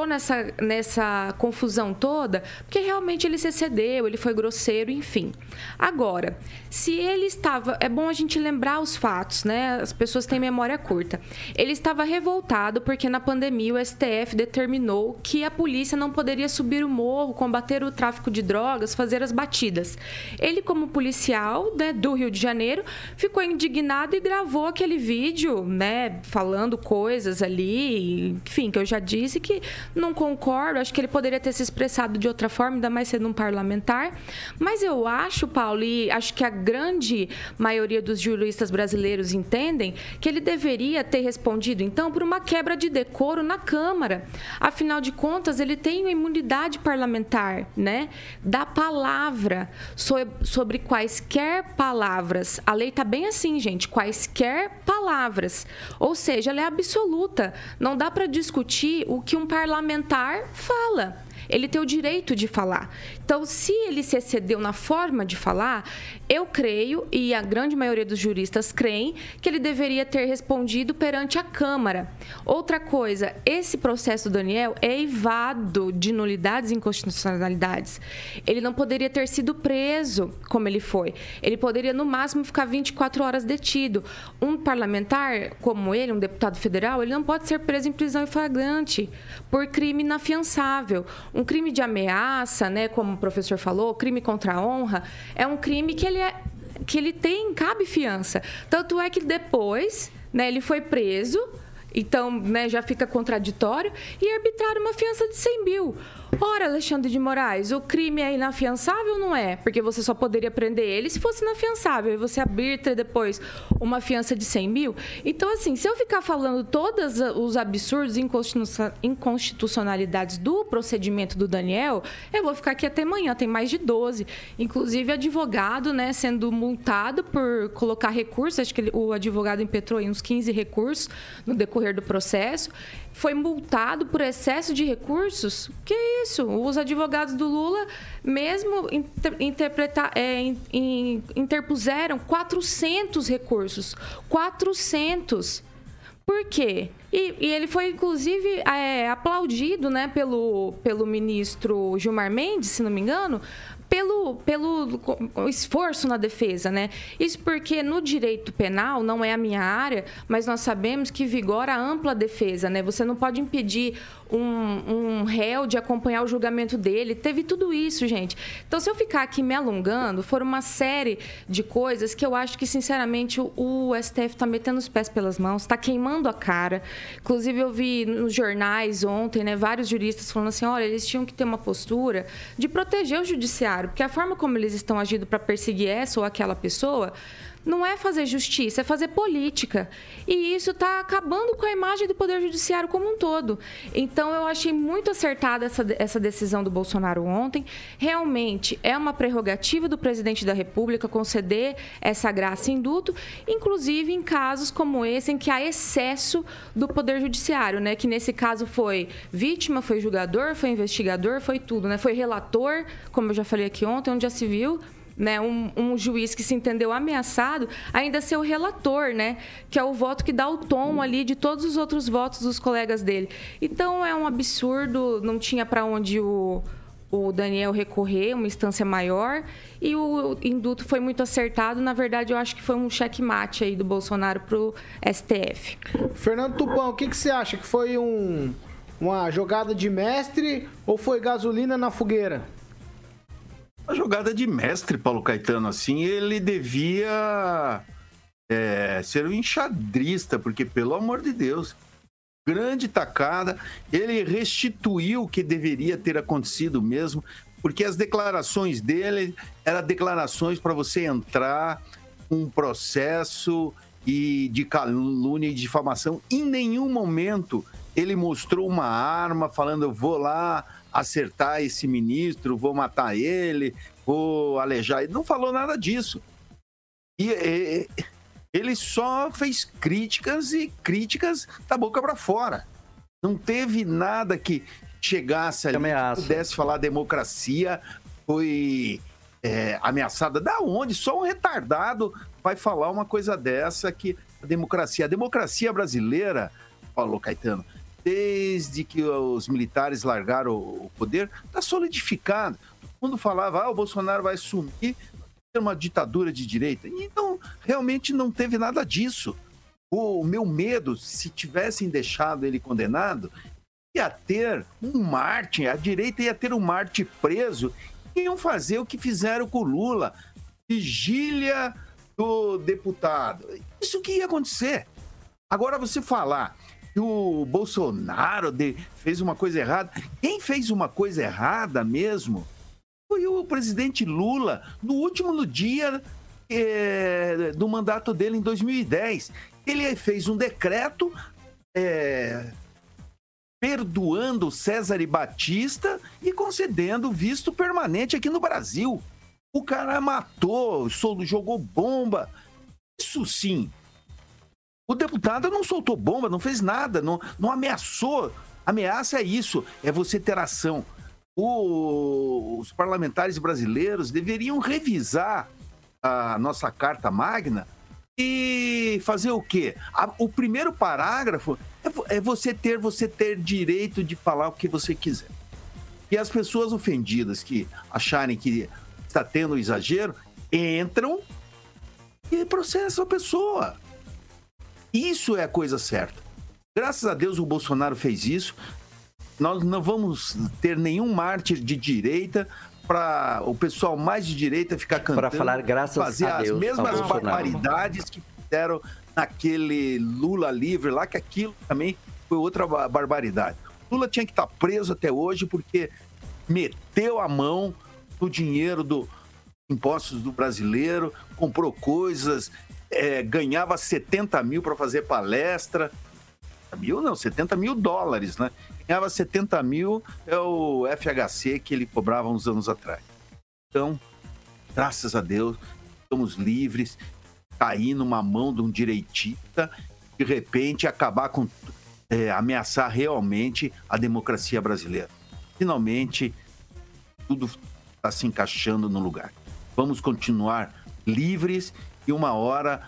nessa confusão toda, porque realmente ele se excedeu, ele foi grosseiro, enfim. Agora, se ele estava... É bom a gente lembrar os fatos, né? As pessoas têm memória curta. Ele estava revoltado porque na pandemia o STF determinou que a polícia não poderia subir o morro, combater o tráfico de drogas, fazer as batidas. Ele, como policial, né, do Rio de Janeiro, ficou indignado e gravou aquele vídeo, né, falando coisas ali, enfim, que eu já disse que não concordo, acho que ele poderia ter se expressado de outra forma, ainda mais sendo um parlamentar. Mas eu acho, Paulo, e acho que a grande maioria dos juristas brasileiros entendem que ele deveria ter respondido, então, por uma quebra de decoro na Câmara. Afinal de contas, ele tem uma imunidade parlamentar, né? Da palavra, sobre quaisquer palavras. A lei está bem assim, gente, quaisquer palavras. Ou seja, ela é absoluta. Não dá para discutir o que um parlamentar fala. Ele tem o direito de falar. Então, se ele se excedeu na forma de falar, eu creio, e a grande maioria dos juristas creem, que ele deveria ter respondido perante a Câmara. Outra coisa, esse processo do Daniel é eivado de nulidades e inconstitucionalidades. Ele não poderia ter sido preso como ele foi. Ele poderia, no máximo, ficar 24 horas detido. Um parlamentar como ele, um deputado federal, ele não pode ser preso em prisão em flagrante por crime inafiançável. Um crime de ameaça, né, como o professor falou, crime contra a honra, é um crime que ele cabe fiança. Tanto é que depois, né, ele foi preso, então, né, já fica contraditório, e arbitraram uma fiança de 100 mil. Ora, Alexandre de Moraes, o crime é inafiançável ou não é? Porque você só poderia prender ele se fosse inafiançável. E você arbitra depois uma fiança de 100 mil. Então, assim, se eu ficar falando todos os absurdos e inconstitucionalidades do procedimento do Daniel, eu vou ficar aqui até amanhã. Tem mais de 12. Inclusive, advogado, né, sendo multado por colocar recursos. Acho que o advogado impetrou aí uns 15 recursos no decorrer do processo. Foi multado por excesso de recursos? Que isso? Os advogados do Lula mesmo interpuseram 400 recursos. 400! Por quê? E ele foi, inclusive, aplaudido, né, pelo ministro Gilmar Mendes, se não me engano, pelo esforço na defesa, né? Isso porque no direito penal, não é a minha área, mas nós sabemos que vigora a ampla defesa, né? Você não pode impedir um réu de acompanhar o julgamento dele. Teve tudo isso, gente. Então, se eu ficar aqui me alongando, foram uma série de coisas que eu acho que, sinceramente, o STF está metendo os pés pelas mãos, está queimando a cara. Inclusive, eu vi nos jornais ontem, né, vários juristas falando assim, olha, eles tinham que ter uma postura de proteger o judiciário, porque a forma como eles estão agindo para perseguir essa ou aquela pessoa não é fazer justiça, é fazer política. E isso está acabando com a imagem do Poder Judiciário como um todo. Então, eu achei muito acertada essa decisão do Bolsonaro ontem. Realmente, é uma prerrogativa do presidente da República conceder essa graça e indulto, inclusive em casos como esse, em que há excesso do Poder Judiciário, né? Que nesse caso foi vítima, foi julgador, foi investigador, foi tudo, né? Foi relator, como eu já falei aqui ontem, onde já se viu, né, um juiz que se entendeu ameaçado ainda ser o relator, né, que é o voto que dá o tom ali de todos os outros votos dos colegas dele. Então é um absurdo, não tinha para onde o Daniel recorrer, uma instância maior, e o indulto foi muito acertado. Na verdade, eu acho que foi um checkmate aí do Bolsonaro pro STF. Fernando Tupan, o que você acha? Que foi uma jogada de mestre ou foi gasolina na fogueira? A jogada de mestre, Paulo Caetano, assim, ele devia ser um enxadrista, porque, pelo amor de Deus, grande tacada, ele restituiu o que deveria ter acontecido mesmo, porque as declarações dele eram declarações para você entrar um processo de calúnia e difamação. Em nenhum momento ele mostrou uma arma falando, eu vou lá acertar esse ministro, vou matar ele, vou alejar ele. Não falou nada disso. E ele só fez críticas e críticas da boca para fora. Não teve nada que chegasse ali, que pudesse falar democracia, foi ameaçada. Da onde? Só um retardado vai falar uma coisa dessa, que a democracia brasileira, Paulo Caetano, desde que os militares largaram o poder, está solidificado. Todo mundo falava, o Bolsonaro vai assumir uma ditadura de direita. Então, realmente não teve nada disso. O meu medo, se tivessem deixado ele condenado, ia ter um Marte, a direita ia ter um Marte preso, e iam fazer o que fizeram com o Lula, vigília do deputado. Isso que ia acontecer. Agora, você falar que o Bolsonaro fez uma coisa errada. Quem fez uma coisa errada mesmo foi o presidente Lula, no último dia do mandato dele, em 2010. Ele fez um decreto perdoando César e Batista e concedendo visto permanente aqui no Brasil. O cara matou, jogou bomba. Isso sim. O deputado não soltou bomba, não fez nada, não ameaçou. Ameaça é isso, é você ter ação. Os parlamentares brasileiros deveriam revisar a nossa Carta Magna e fazer o quê? O primeiro parágrafo é você ter direito de falar o que você quiser. E as pessoas ofendidas que acharem que está tendo exagero, entram e processam a pessoa. Isso é a coisa certa. Graças a Deus o Bolsonaro fez isso. Nós não vamos ter nenhum mártir de direita para o pessoal mais de direita ficar cantando. Para falar graças fazer a Deus, as mesmas barbaridades que fizeram naquele Lula livre lá, que aquilo também foi outra barbaridade. Lula tinha que estar preso até hoje porque meteu a mão no dinheiro dos impostos do brasileiro, comprou coisas, ganhava 70 mil para fazer palestra. 70 mil dólares, né? Ganhava 70 mil, é o FHC que ele cobrava uns anos atrás. Então, graças a Deus, estamos livres, cair numa mão de um direitista, de repente acabar com, ameaçar realmente a democracia brasileira. Finalmente, tudo está se encaixando no lugar. Vamos continuar livres e uma hora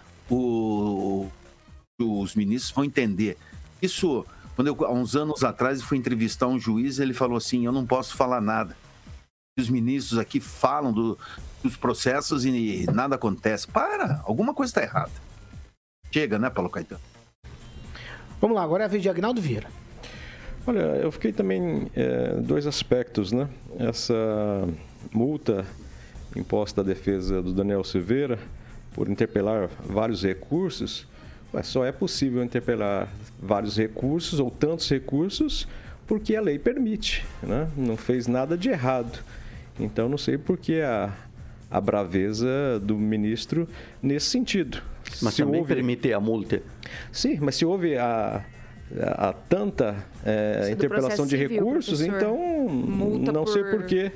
os ministros vão entender. Isso, quando há uns anos atrás, eu fui entrevistar um juiz, ele falou assim, eu não posso falar nada. Os ministros aqui falam dos processos e nada acontece. Alguma coisa está errada. Chega, né, Paulo Caetano? Vamos lá, agora é a vez de Agnaldo Vieira. Olha, eu fiquei também dois aspectos, né? Essa multa imposta à defesa do Daniel Silveira por interpelar vários recursos, só é possível interpelar vários recursos ou tantos recursos porque a lei permite, né? Não fez nada de errado. Então, não sei por que a braveza do ministro nesse sentido. Mas se também permite a multa. Sim, mas se houve a tanta interpelação de civil, recursos, então não sei por que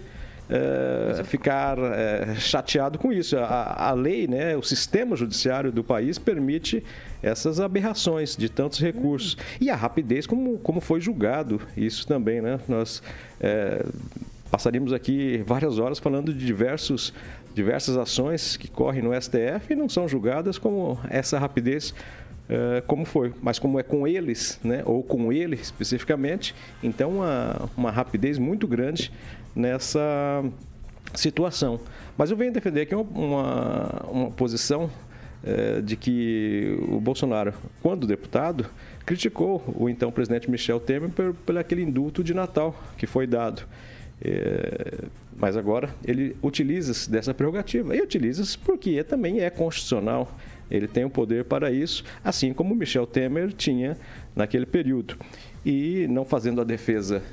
ficar chateado com isso. A lei, né, o sistema judiciário do país permite essas aberrações de tantos recursos. E a rapidez como foi julgado isso também, né? Nós passaríamos aqui várias horas falando de diversas ações que correm no STF e não são julgadas como essa rapidez como foi, mas como é com eles, né, ou com ele especificamente, então uma rapidez muito grande nessa situação. Mas eu venho defender aqui uma posição de que o Bolsonaro, quando deputado, criticou o então presidente Michel Temer por aquele indulto de Natal que foi dado. Mas agora ele utiliza-se dessa prerrogativa e utiliza-se porque também é constitucional. Ele tem o poder para isso, assim como Michel Temer tinha naquele período. E não fazendo a defesa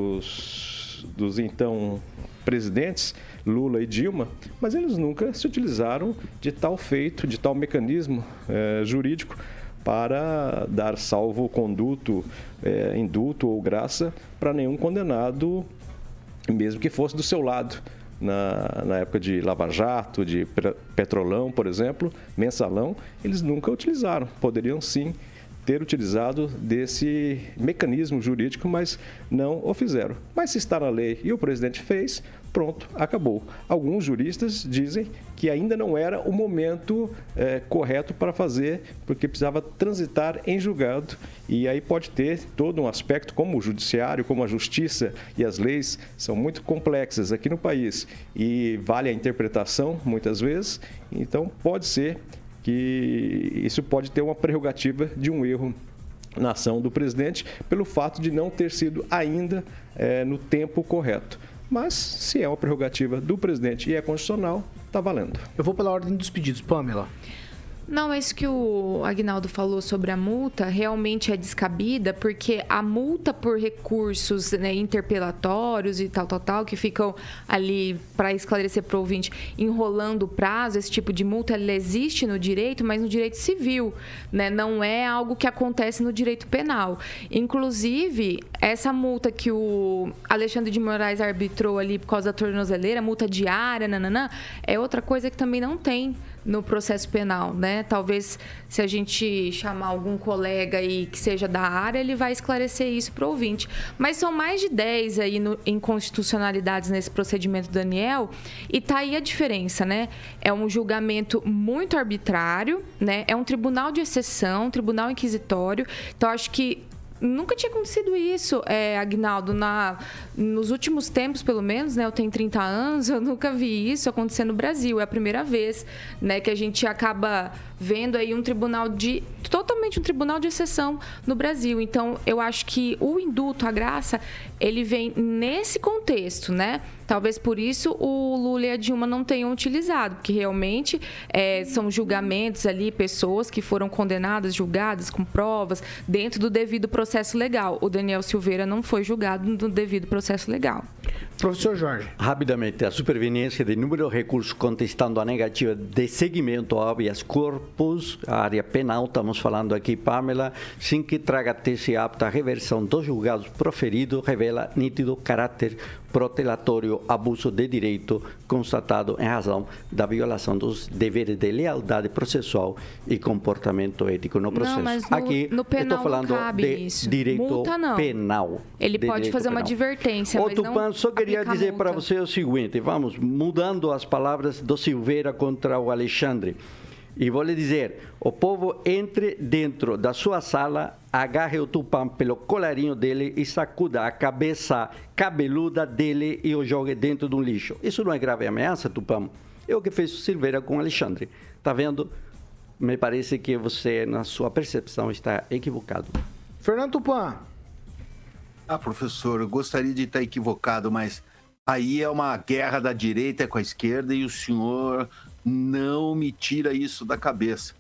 dos então presidentes, Lula e Dilma, mas eles nunca se utilizaram de tal feito, de tal mecanismo jurídico para dar salvo-conduto, indulto ou graça para nenhum condenado, mesmo que fosse do seu lado. Na época de Lava Jato, de Petrolão, por exemplo, Mensalão, eles nunca utilizaram. Poderiam sim ter utilizado desse mecanismo jurídico, mas não o fizeram. Mas se está na lei e o presidente fez, pronto, acabou. Alguns juristas dizem que ainda não era o momento correto para fazer, porque precisava transitar em julgado. E aí pode ter todo um aspecto, como o judiciário, como a justiça e as leis são muito complexas aqui no país e vale a interpretação muitas vezes, então pode ser que isso pode ter uma prerrogativa de um erro na ação do presidente pelo fato de não ter sido ainda no tempo correto. Mas, se é uma prerrogativa do presidente e é constitucional, está valendo. Eu vou pela ordem dos pedidos. Pamela. Não, é isso que o Aguinaldo falou sobre a multa, realmente é descabida, porque a multa por recursos, né, interpelatórios e tal, que ficam ali, para esclarecer para o ouvinte, enrolando o prazo, esse tipo de multa, ela existe no direito, mas no direito civil, né? Não é algo que acontece no direito penal. Inclusive, essa multa que o Alexandre de Moraes arbitrou ali por causa da tornozeleira, multa diária, é outra coisa que também não tem no processo penal, né? Talvez, se a gente chamar algum colega aí que seja da área, ele vai esclarecer isso para o ouvinte. Mas são mais de 10 aí inconstitucionalidades nesse procedimento do Daniel, e tá aí a diferença, né? É um julgamento muito arbitrário, né? É um tribunal de exceção, tribunal inquisitório. Então, acho que nunca tinha acontecido isso, Aguinaldo, nos últimos tempos, pelo menos, né? Eu tenho 30 anos, eu nunca vi isso acontecer no Brasil. É a primeira vez, né, que a gente acaba vendo aí totalmente um tribunal de exceção no Brasil. Então, eu acho que o indulto, a graça, ele vem nesse contexto, né? Talvez por isso o Lula e a Dilma não tenham utilizado, porque realmente são julgamentos ali, pessoas que foram condenadas, julgadas com provas, dentro do devido processo legal. O Daniel Silveira não foi julgado no devido processo legal. Professor Jorge. Rapidamente, a superveniência de inúmeros recursos contestando a negativa de seguimento ao habeas corpus, a área penal, estamos falando aqui, Pamela, sem que traga tese apta à reversão dos julgados proferidos, revela nítido caráter protelatório, abuso de direito constatado em razão da violação dos deveres de lealdade processual e comportamento ético no processo. Não, mas aqui no penal estou falando não cabe de isso. Direito multa, não. penal. Ele pode fazer uma advertência, mas Tupan, não só queria dizer multa. para você o seguinte, vamos mudando as palavras do Silveira contra o Alexandre. E vou lhe dizer, o povo entre dentro da sua sala, agarre o Tupã pelo colarinho dele e sacuda a cabeça cabeluda dele e o jogue dentro de um lixo. Isso não é grave ameaça, Tupã? É o que fez o Silveira com o Alexandre. Está vendo? Me parece que você, na sua percepção, está equivocado. Fernando Tupã. Professor, eu gostaria de estar equivocado, mas aí é uma guerra da direita com a esquerda e o senhor não me tira isso da cabeça.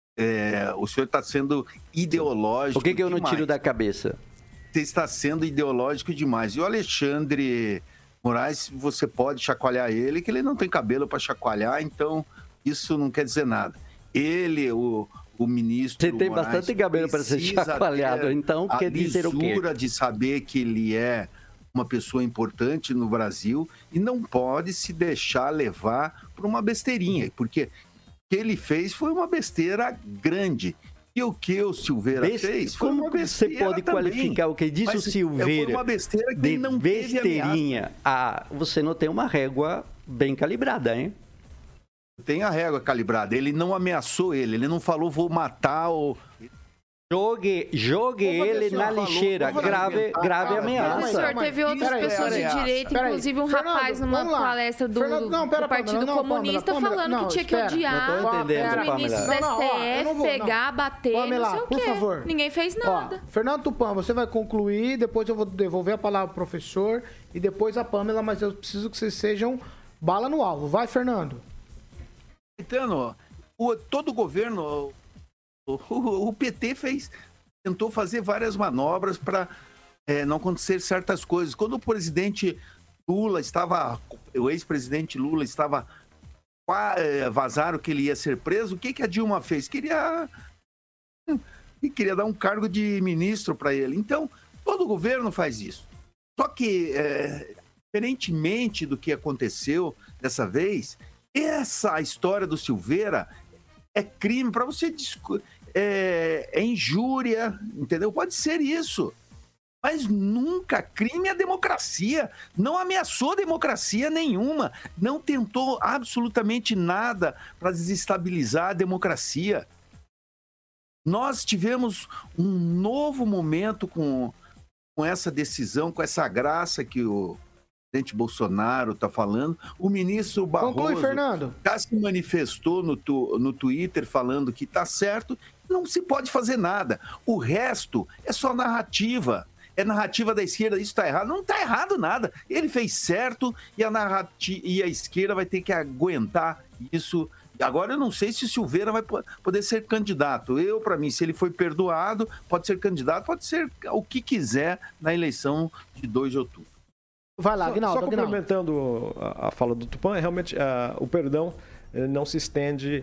O senhor está sendo ideológico. O que eu não demais. tiro da cabeça? Você está sendo ideológico demais. E o Alexandre, Moraes, você pode chacoalhar ele, que ele não tem cabelo para chacoalhar, então isso não quer dizer nada. Ele, o ministro Você tem Moraes, bastante cabelo para ser chacoalhado, então quer dizer o quê? A lisura de saber que ele é uma pessoa importante no Brasil e não pode se deixar levar por uma besteirinha, porque o que ele fez foi uma besteira grande. E o que o Silveira fez foi uma besteira. Você pode qualificar o que disse o Silveira? Foi uma besteira que de não besteirinha. Você não tem uma régua bem calibrada, hein? Tem a régua calibrada. Ele não ameaçou ele não falou vou matar ou... Jogue ele na lixeira. Grave ameaça. Professor, teve outras pessoas de direito, inclusive um rapaz numa palestra do Partido Comunista falando que tinha que odiar os ministros da STF, pegar, bater, não sei o quê. Por favor. Ninguém fez nada. Fernando Tupan, você vai concluir, depois eu vou devolver a palavra ao professor e depois a Pâmela, mas eu preciso que vocês sejam bala no alvo. Vai, Fernando. Caetano, todo o governo... O PT tentou fazer várias manobras para não acontecer certas coisas. Quando o presidente Lula o ex-presidente Lula estava, vazaram que ele ia ser preso, o que a Dilma fez? Queria dar um cargo de ministro para ele. Então, todo governo faz isso. Só que, diferentemente do que aconteceu dessa vez, essa história do Silveira é crime para você é injúria, entendeu? Pode ser isso. Mas nunca crime é democracia. Não ameaçou democracia nenhuma. Não tentou absolutamente nada para desestabilizar a democracia. Nós tivemos um novo momento com essa decisão, com essa graça que o presidente Bolsonaro está falando. O ministro Barroso já se manifestou no Twitter falando que está certo. Não se pode fazer nada. O resto é só narrativa. É narrativa da esquerda, isso está errado. Não está errado nada. Ele fez certo e a esquerda vai ter que aguentar isso. Agora eu não sei se o Silveira vai poder ser candidato. Para mim, se ele foi perdoado, pode ser candidato, pode ser o que quiser na eleição de 2 de outubro. Vai lá, Aguinaldo. Só complementando a fala do Tupan, realmente o perdão não se estende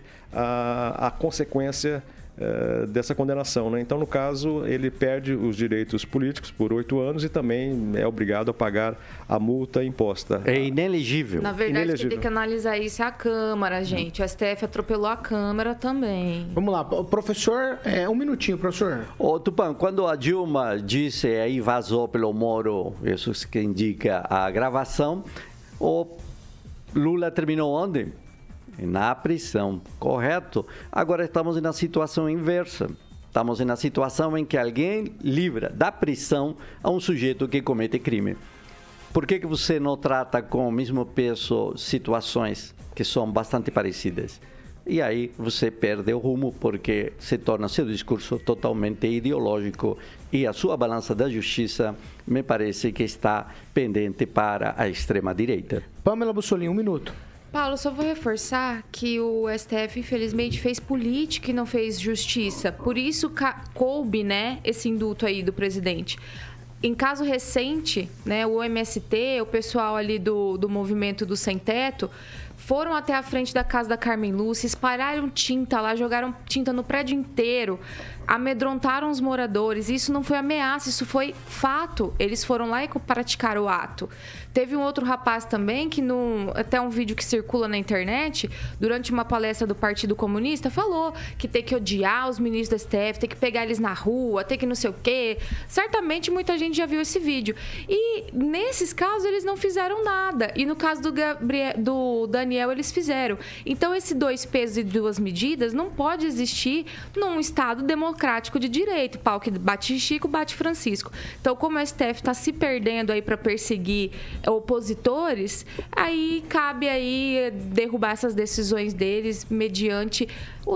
à consequência dessa condenação, né? Então, no caso, ele perde os direitos políticos por 8 anos e também é obrigado a pagar a multa imposta. É inelegível. Na verdade, quem tem que analisar isso é a Câmara, gente. O STF atropelou a Câmara também. Vamos lá, professor, um minutinho, professor. Ô, Tupan, quando a Dilma disse aí vazou pelo Moro, isso que indica a gravação, o Lula terminou onde? Na prisão, correto? Agora estamos na situação inversa. Estamos na situação em que alguém livra da prisão a um sujeito que comete crime. Por que você não trata com o mesmo peso situações que são bastante parecidas? E aí você perde o rumo porque se torna seu discurso totalmente ideológico e a sua balança da justiça me parece que está pendente para a extrema-direita. Pâmela Bussolini, 1 minuto. Paulo, só vou reforçar que o STF, infelizmente, fez política e não fez justiça. Por isso, coube, né, esse indulto aí do presidente. Em caso recente, né, o MST, o pessoal ali do movimento do Sem Teto, foram até a frente da casa da Carmen Lúcia, espalharam tinta lá, jogaram tinta no prédio inteiro, amedrontaram os moradores. Isso não foi ameaça, isso foi fato. Eles foram lá e praticaram o ato. Teve um outro rapaz também que, até um vídeo que circula na internet, durante uma palestra do Partido Comunista, falou que tem que odiar os ministros do STF, tem que pegar eles na rua, tem que não sei o quê. Certamente muita gente já viu esse vídeo. E nesses casos eles não fizeram nada. E no caso do Daniel, eles fizeram. Então esse 2 pesos e 2 medidas não pode existir num Estado democrático de direito. Pau que bate Chico, bate Francisco. Então, como o STF está se perdendo aí para perseguir opositores, aí cabe aí derrubar essas decisões deles mediante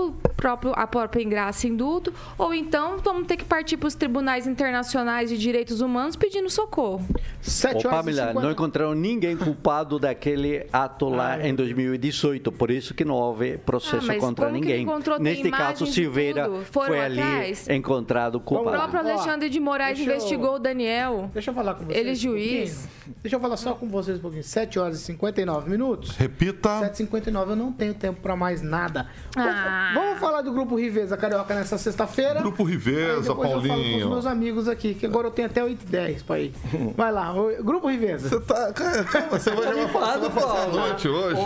a própria ingraça e indulto, ou então vamos ter que partir para os tribunais internacionais de direitos humanos pedindo socorro. 7 horas Pamela, não encontraram ninguém culpado daquele ato lá em 2018, por isso que não houve processo contra ninguém. Neste caso, Silveira foi ali encontrado culpado. O próprio Alexandre de Moraes investigou o Daniel. Deixa eu falar com vocês. Ele juiz. Deixa eu falar só com vocês um pouquinho. 7 horas e 59 minutos. Repita. 7h59, eu não tenho tempo pra mais nada. Vamos falar do Grupo Riveza Carioca nessa sexta-feira. Grupo Riveza, Paulinho. Eu falo com os meus amigos aqui, que agora eu tenho até 8h10 pra ir. Vai lá, Grupo Riveza. Você tá... Calma, você vai fazer a noite hoje.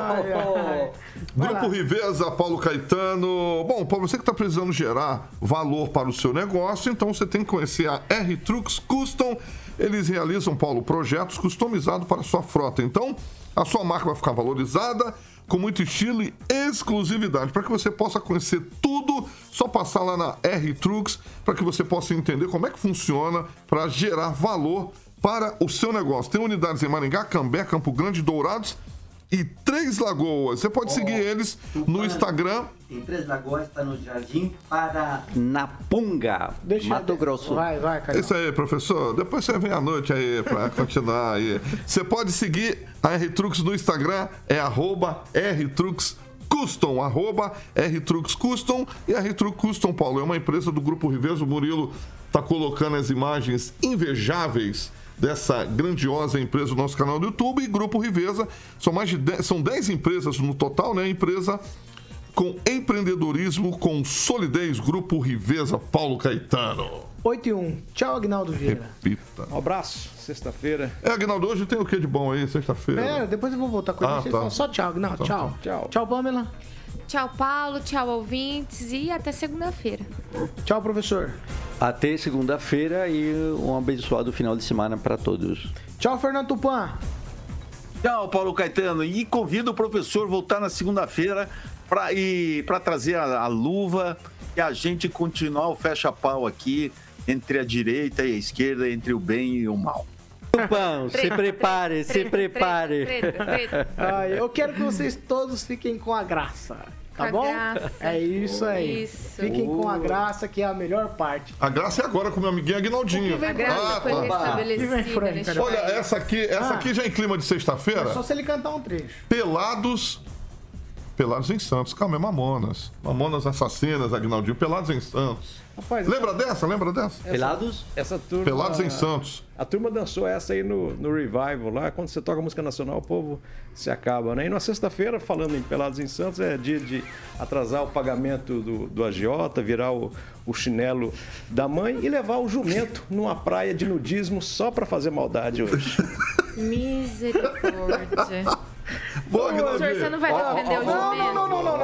Grupo Riveza, Paulo Caetano. Bom, para você que está precisando gerar valor para o seu negócio, então você tem que conhecer a R-Trucks Custom. Eles realizam, Paulo, projetos customizados para a sua frota. Então, a sua marca vai ficar valorizada, com muito estilo e exclusividade. Para que você possa conhecer tudo, só passar lá na R-Trucks, para que você possa entender como é que funciona para gerar valor para o seu negócio. Tem unidades em Maringá, Cambé, Campo Grande, Dourados e Três Lagoas. Você pode seguir eles no Instagram. Em Três Lagoas, está no Jardim Paranapunga, Mato Grosso. Vai, cara. Isso aí, professor. Depois você vem à noite aí para continuar aí. Você pode seguir a R-Trucks no Instagram, é @RTrucksCustom, @RTrucksCustom. E a R-Trucks Custom, Paulo, é uma empresa do Grupo Riveza. O Murilo está colocando as imagens invejáveis dessa grandiosa empresa no nosso canal do YouTube. E Grupo Riveza, são 10 empresas no total, né? Empresa com empreendedorismo, com solidez. Grupo Riveza, Paulo Caetano. 8h01. Tchau, Aguinaldo Vieira. Repita. Um abraço, sexta-feira. Aguinaldo, hoje tem o que de bom aí, sexta-feira? Depois eu vou voltar com vocês. Tá. Só tchau, Aguinaldo. Tchau. Tchau, Pamela. Tchau, Paulo. Tchau, ouvintes. E até segunda-feira. Tchau, professor. Até segunda-feira e um abençoado final de semana para todos. Tchau, Fernando Tupan. Tchau, Paulo Caetano. E convido o professor a voltar na segunda-feira para trazer a luva e a gente continuar o fecha-pau aqui entre a direita e a esquerda, entre o bem e o mal. Tupão, se prepare. Eu quero que vocês todos fiquem com a graça. Tá bom? Graça. É isso aí. Fiquem com a graça, que é a melhor parte. A graça é agora com meu amiguinho Aguinaldinho. A graça foi restabelecida. Olha, essa aqui já é em clima de sexta-feira. É só se ele cantar um trecho. Pelados em Santos. Calma, é Mamonas. Mamonas Assassinas, Aguinaldinho. Pelados em Santos. Rapaz, Lembra dessa? Pelados? Essa turma... Pelados em Santos. A turma dançou essa aí no Revival lá. Quando você toca música nacional, o povo se acaba, né? E na sexta-feira, falando em Pelados em Santos, é dia de atrasar o pagamento do agiota, virar o chinelo da mãe e levar o jumento numa praia de nudismo só pra fazer maldade hoje. Misericórdia. Boa, professor, você não vai defender o jumento?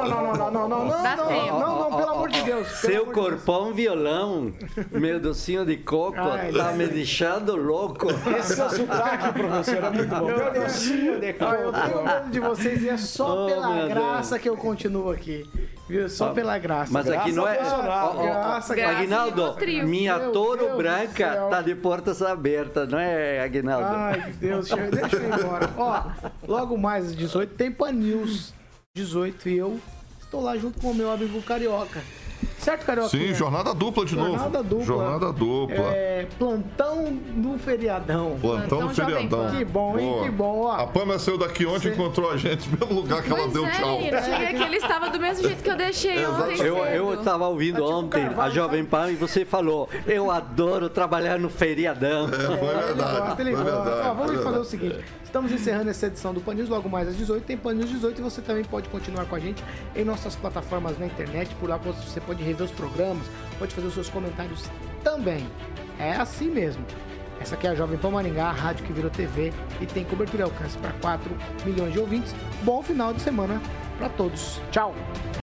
Não, pelo amor de Deus. Seu corpão violão, meu docinho de coco, tá me deixando louco. Esse seu sotaque, professor, é muito bom. Meu docinho de coco. Eu tenho medo de vocês e é só pela graça que eu continuo aqui. Viu? Só pela graça. Mas aqui não é... Graça, Aguinaldo, minha touro branca tá de portas abertas, não é, Aguinaldo? Ai, Deus, deixa eu ir embora. Ó, logo mais às 18 tem Pan News 18 e eu estou lá junto com o meu amigo Carioca. Certo, Carioca? Sim, jornada dupla de novo. Jornada dupla. Plantão no feriadão. Plantão no feriadão. Que bom, hein? Boa. Que bom, ó. A Pamela saiu daqui ontem e encontrou a gente no mesmo lugar que ela deu tchau. Cheguei aqui, ele estava do mesmo jeito que eu deixei ontem. Eu estava ouvindo ontem a Jovem Pan e você falou, eu adoro trabalhar no feriadão. Foi verdade. Vamos fazer o seguinte. Estamos encerrando essa edição do Pan News, logo mais às 18. Tem Pan News 18 e você também pode continuar com a gente em nossas plataformas na internet. Por lá você pode rever os programas, pode fazer os seus comentários também. É assim mesmo. Essa aqui é a Jovem Pan Maringá, a rádio que virou TV e tem cobertura e alcance para 4 milhões de ouvintes. Bom final de semana para todos. Tchau!